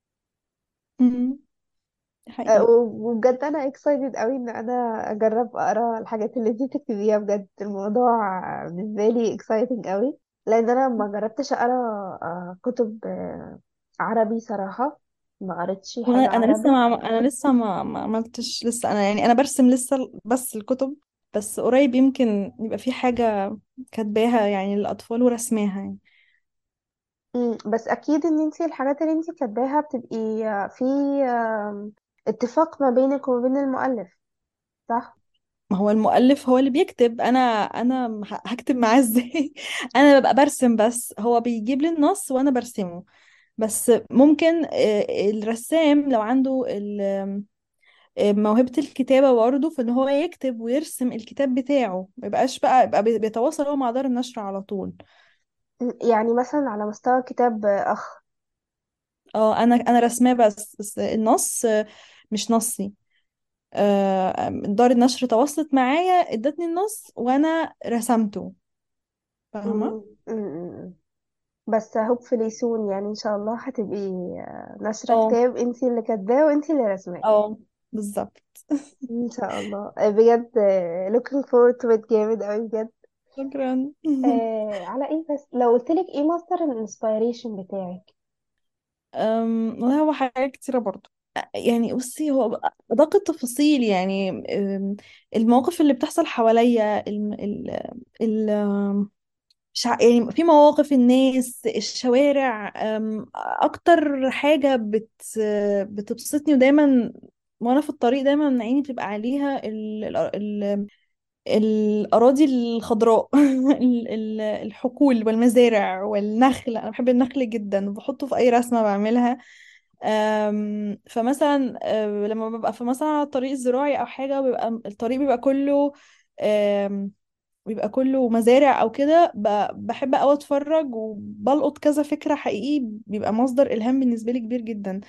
مم. حقيقي. وبجد انا excited قوي ان انا اجرب اقرا الحاجات اللي انتي بتكتبيها. بجد الموضوع بالنسبه لي exciting قوي، لان انا ما جربتش اقرا كتب عربي صراحه. ما قريتش وانا حاجه عربي. انا لسه ما عملتش لسه، انا يعني انا برسم لسه بس الكتب. بس قريب يمكن يبقى في حاجة كاتباها يعني للأطفال ورسماها يعني. بس اكيد ان انتي الحاجات اللي انتي كاتباها بتبقي في اتفاق ما بينك وما بين المؤلف، صح؟ ما هو المؤلف هو اللي بيكتب، انا هكتب معاه ازاي؟ انا ببقى برسم بس، هو بيجيب لي النص وانا برسمه. بس ممكن الرسام لو عنده موهبة الكتابة برضه، فان هو يكتب ويرسم الكتاب بتاعه، ما يبقاش بقى يبقى بيتواصل هو مع دار النشر على طول. يعني مثلا على مستوى كتاب اخ. اه انا رسماه بس النص مش نصي. دار النشر تواصلت معايا، ادتني النص وانا رسمته. فاهمة؟ م- م- م- بس hopefully soon يعني ان شاء الله هتبقي ناشرة اه. كتاب انتي اللي كاتباه وانتي اللي رسماه. اه بالظبط. ان شاء الله. بجد looking forward to it جامد قوي بجد. شكرا. على ايه بس لو قلتلك ايه مصدر الانسبيريشن بتاعك؟ والله هو حاجات كتيرة برضو. يعني بصي، هو أدق التفاصيل يعني. المواقف اللي بتحصل حواليا، يعني في مواقف الناس، الشوارع. أكتر حاجة بتبسطني، ودايما وأنا في الطريق دايما عيني بتبقى عليها الأراضي الخضراء. الحقول والمزارع والنخل، أنا بحب النخل جدا وبحطه في أي رسمة بعملها. فمثلا لما ببقى في مثلا على الطريق الزراعي أو حاجة، بيبقى الطريق بيبقى كله مزارع أو كده، بحب أوي أتفرج وبلقط كذا فكرة، حقيقي بيبقى مصدر إلهام بالنسبة لي كبير جدا.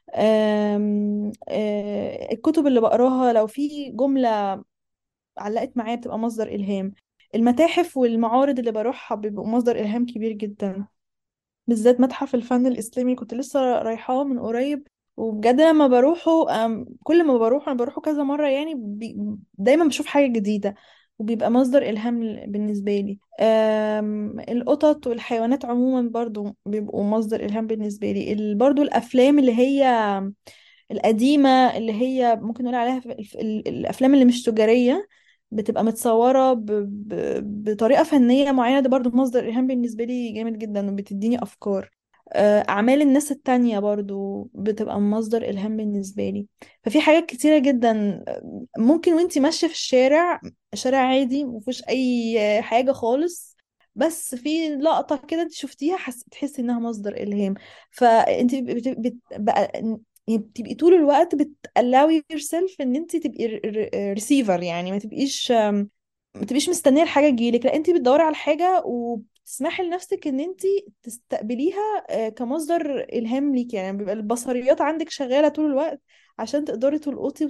الكتب اللي بقراها لو في جملة علقت معايا بتبقى مصدر إلهام. المتاحف والمعارض اللي بروحها بيبقوا مصدر إلهام كبير جدا، بالذات متحف الفن الإسلامي كنت لسه رايحاه من قريب. وبجد لما بروحه، كل ما بروح أنا بروحه كذا مرة يعني، دايما بشوف حاجة جديدة، وبيبقى مصدر إلهام بالنسبة لي. القطط والحيوانات عموما برضو بيبقوا مصدر إلهام بالنسبة لي. برضو الأفلام اللي هي القديمة، اللي هي ممكن نقول عليها الأفلام اللي مش تجارية، بتبقى متصورة بطريقة فنية معينة، ده برضو مصدر إلهام بالنسبة لي جامد جدا، وبتديني أفكار. أعمال الناس التانية برضو بتبقى مصدر إلهام بالنسبة لي. ففي حاجات كتيرة جدا. ممكن وانتي ماشية في الشارع، شارع عادي مفيهوش أي حاجة خالص، بس في لقطة كده انت شفتيها، تحسي انها مصدر إلهام. فانت بقى يعني بتبقي طول الوقت بتقلاوي yourself ان انت تبقي ريسيفر، يعني ما تبقيش مستنيه الحاجه تجيلك، لا انت بتدوري على الحاجه وبتسمحي لنفسك ان انت تستقبليها كمصدر الهام ليك، يعني بيبقى البصريات عندك شغاله طول الوقت عشان تقدري تلقطي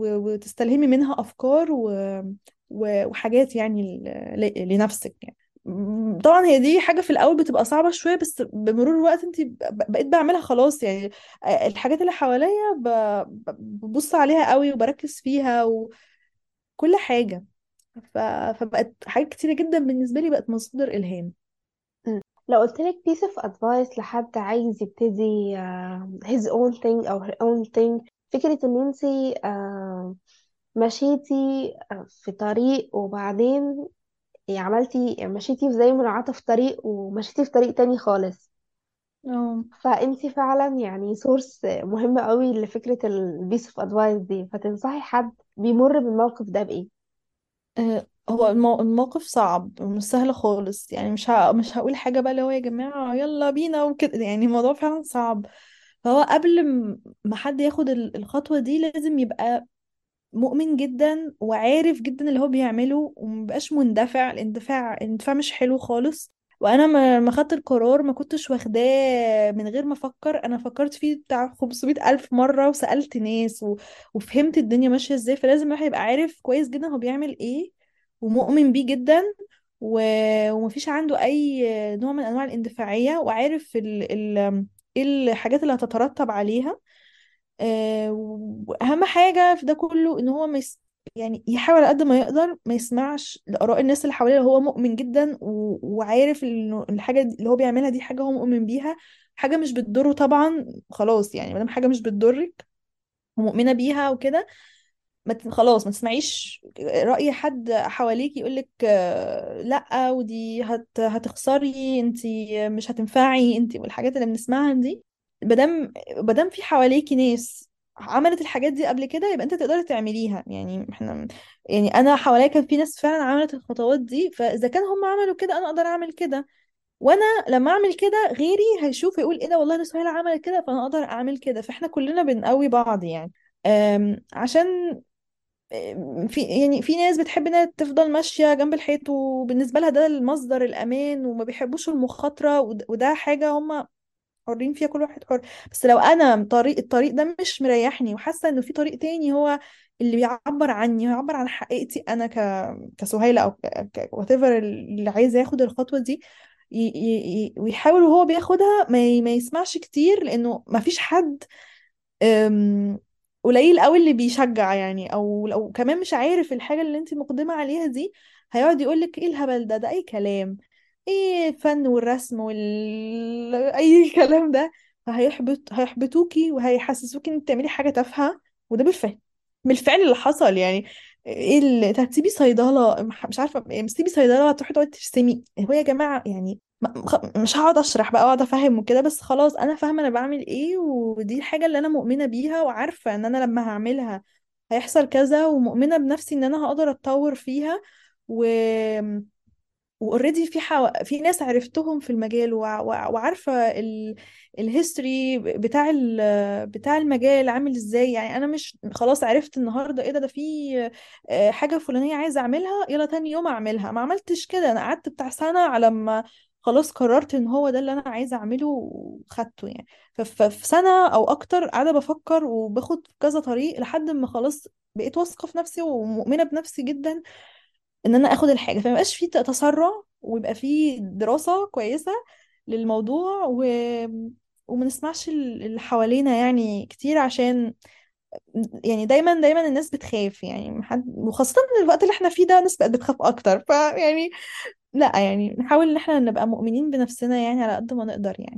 وتستلهمي منها افكار وحاجات يعني لنفسك يعني. طبعا هي دي حاجة في الأول بتبقى صعبة شوية، بس بمرور الوقت انت بقيت بعملها خلاص يعني. الحاجات اللي حواليا ببص عليها قوي وبركز فيها وكل حاجة. ف... فبقت حاجات كتيرة جدا بالنسبة لي بقت مصدر إلهام. مم. لو قلت لك piece of advice لحد عايز يبتدي his own thing او her own thing، فكرة ان انتي مشيتي في طريق، وبعدين مشيتي زي منعطف طريق ومشيتي في طريق تاني خالص، اه. فانتي فعلا يعني سورس مهمة قوي لفكرة البيس اوف ادفايس دي، فتنصحي حد بيمر بالموقف ده بإيه؟ هو الموقف صعب ومش سهل خالص يعني. مش هقول حاجة بقى اللي هو يا جماعة يلا بينا وكده، يعني الموضوع فعلا صعب. فهو قبل ما حد ياخد الخطوة دي لازم يبقى مؤمن جدا وعارف جدا اللي هو بيعمله، ومبقاش مندفع. الاندفاع مش حلو خالص. وانا ما خدت القرار ما كنتش واخداه من غير ما افكر. انا فكرت فيه بتاع 500 الف مرة وسألت ناس وفهمت الدنيا ماشية ازاي. فلازم الواحد يبقى عارف كويس جدا هو بيعمل ايه ومؤمن بيه جدا، و... ومفيش عنده اي نوع من انواع الاندفاعية، وعارف ايه الحاجات اللي هتترتب عليها. واهم حاجه في ده كله ان هو يعني يحاول على قد ما يقدر ما يسمعش لاراء الناس اللي حواليه. هو مؤمن جدا وعارف انه الحاجه اللي هو بيعملها دي حاجه هو مؤمن بيها، حاجه مش بتضره طبعا. خلاص يعني ما دام حاجه مش بتضرك ومؤمنه بيها وكده، خلاص ما تسمعيش رأي حد حواليك يقولك لا ودي هتخسري انتي، مش هتنفعي انتي، والحاجات اللي بنسمعها دي. مادام في حواليكي ناس عملت الحاجات دي قبل كده يبقى انت تقدري تعمليها. يعني احنا، يعني انا حواليا كان في ناس فعلا عملت الخطوات دي، فاذا كان هم عملوا كده انا اقدر اعمل كده. وانا لما اعمل كده غيري هيشوف يقول ايه ده، والله ده سهيلة عملت كده فانا اقدر اعمل كده. فاحنا كلنا بنقوي بعض يعني. عشان في ناس بتحب انها تفضل ماشية جنب الحيط، وبالنسبة لها ده المصدر الأمان، وما بيحبوش المخاطرة، وده حاجة هم حرين فيها، كل واحد حر. بس لو أنا الطريق ده مش مريحني وحاسة إنه في طريق تاني هو اللي بيعبر عني ويعبر عن حقيقتي أنا كسهيلة، أو whatever اللي عايز ياخد الخطوة دي، ويحاول وهو بياخدها ما يسمعش كتير، لأنه ما فيش حد أم، قليل قوي اللي بيشجع يعني. او لو كمان مش عارف الحاجة اللي انت مقدمة عليها دي، هيقعد يقولك ايه الهبل ده اي كلام، ايه الفن والرسم اي كلام ده. هيحبطوكي وهيحسسوكي انك تعملي حاجة تافهة. وده بالفعل اللي حصل يعني. ايه اللي هتسيبي صيدلة، مش عارفة مش تسيبي صيدلة هتروحي تقعدي ترسمي؟ هو يا جماعة يعني مش هقعد اشرح بقى اقعد افهم وكده، بس خلاص انا فاهمه انا بعمل ايه، ودي الحاجه اللي انا مؤمنه بيها، وعارفه ان انا لما هعملها هيحصل كذا، ومؤمنه بنفسي ان انا هقدر اتطور فيها. و واوريدي في ناس عرفتهم في المجال، وعارفه الهيستوري بتاع المجال عامل ازاي. يعني انا مش خلاص عرفت النهارده ايه ده في حاجه فلانيه عايزه اعملها، يلا تاني يوم اعملها. ما عملتش كده، انا قعدت بتاع سنه على ما خلاص قررت ان هو ده اللي انا عايزه اعمله وخدته يعني. ففي سنه او اكتر قاعده بفكر وباخد كذا طريق لحد ما خلاص بقيت واثقه في نفسي ومؤمنه بنفسي جدا ان انا اخد الحاجه. فما يبقاش في تسرع، ويبقى في دراسه كويسه للموضوع، وما نسمعش اللي حوالينا يعني كتير. عشان يعني دايما الناس بتخاف يعني وخاصه في الوقت اللي احنا فيه ده الناس بقت بتخاف اكتر. فيعني لا، يعني نحاول ان احنا نبقى مؤمنين بنفسنا يعني على قد ما نقدر يعني.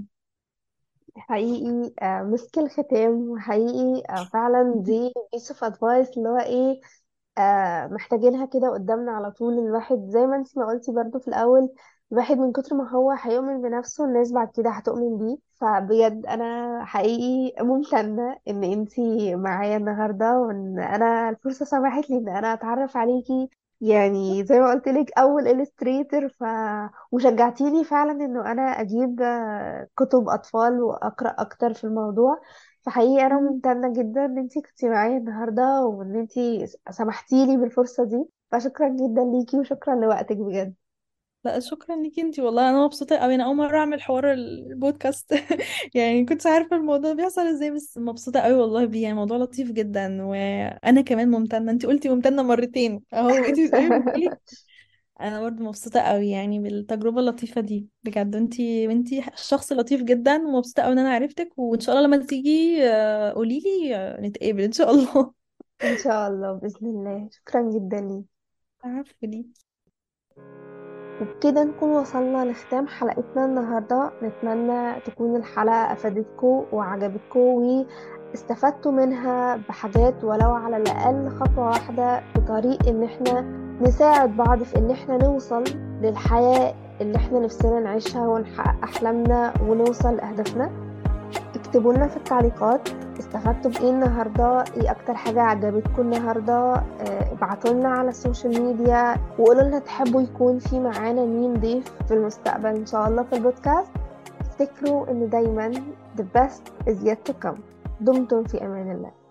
حقيقي مسك الختام، وحقيقي فعلا دي piece of advice اللي هو ايه، محتاجينها كده قدامنا على طول. الواحد زي ما انت ما قلتي برضو في الاول، الواحد من كتر ما هو هيؤمن بنفسه الناس بعد كده هتؤمن بيه. فبجد انا حقيقي ممتنة ان انت معايا النهاردة، وان انا الفرصة سمحت لي ان انا اتعرف عليكي. يعني زي ما قلت لك اول illustrator، وشجعتيني فعلا انه انا اجيب كتب اطفال واقرا اكتر في الموضوع. فحقيقي انا ممتنه جدا ان انتي كنتي معايا النهارده، وان انتي سمحتي لي بالفرصه دي. فشكرا جدا ليكي وشكرا لوقتك بجد. لا شكرا ليكي انتي، والله انا مبسوطه قوي. انا اول مره اعمل حوار البودكاست يعني كنتش عارفه الموضوع بيحصل ازاي، بس مبسوطه قوي والله بيه. يعني موضوع لطيف جدا، وانا كمان ممتنه. انتي قلتي ممتنه مرتين اهو بقيتي بتقولي. انا برضو مبسوطة قوي يعني بالتجربة اللطيفة دي بجد. وانتي شخص لطيف جدا، ومبسوطة قوي ان انا عرفتك. وان شاء الله لما تيجي قوليلي نتقابل ان شاء الله. ان شاء الله باذن الله. شكرا جدا ليك. عارفة دي. وبكده نكون وصلنا لختام حلقتنا النهاردة. نتمنى تكون الحلقة أفادتكم وعجبتكم واستفدتوا منها بحاجات، ولو على الأقل خطوة واحدة في طريق إن احنا نساعد بعض في إن احنا نوصل للحياة اللي احنا نفسنا نعيشها ونحقق أحلامنا ونوصل لأهدافنا. اكتبوا لنا في التعليقات استفدتوا بايه النهارده، ايه اكتر حاجه عجبتكم النهارده. ابعتوا لنا على السوشيال ميديا وقولوا لنا تحبوا يكون في معانا مين ضيف في المستقبل ان شاء الله في البودكاست. افتكروا ان دايما the best is yet to come. دمتم في امان الله.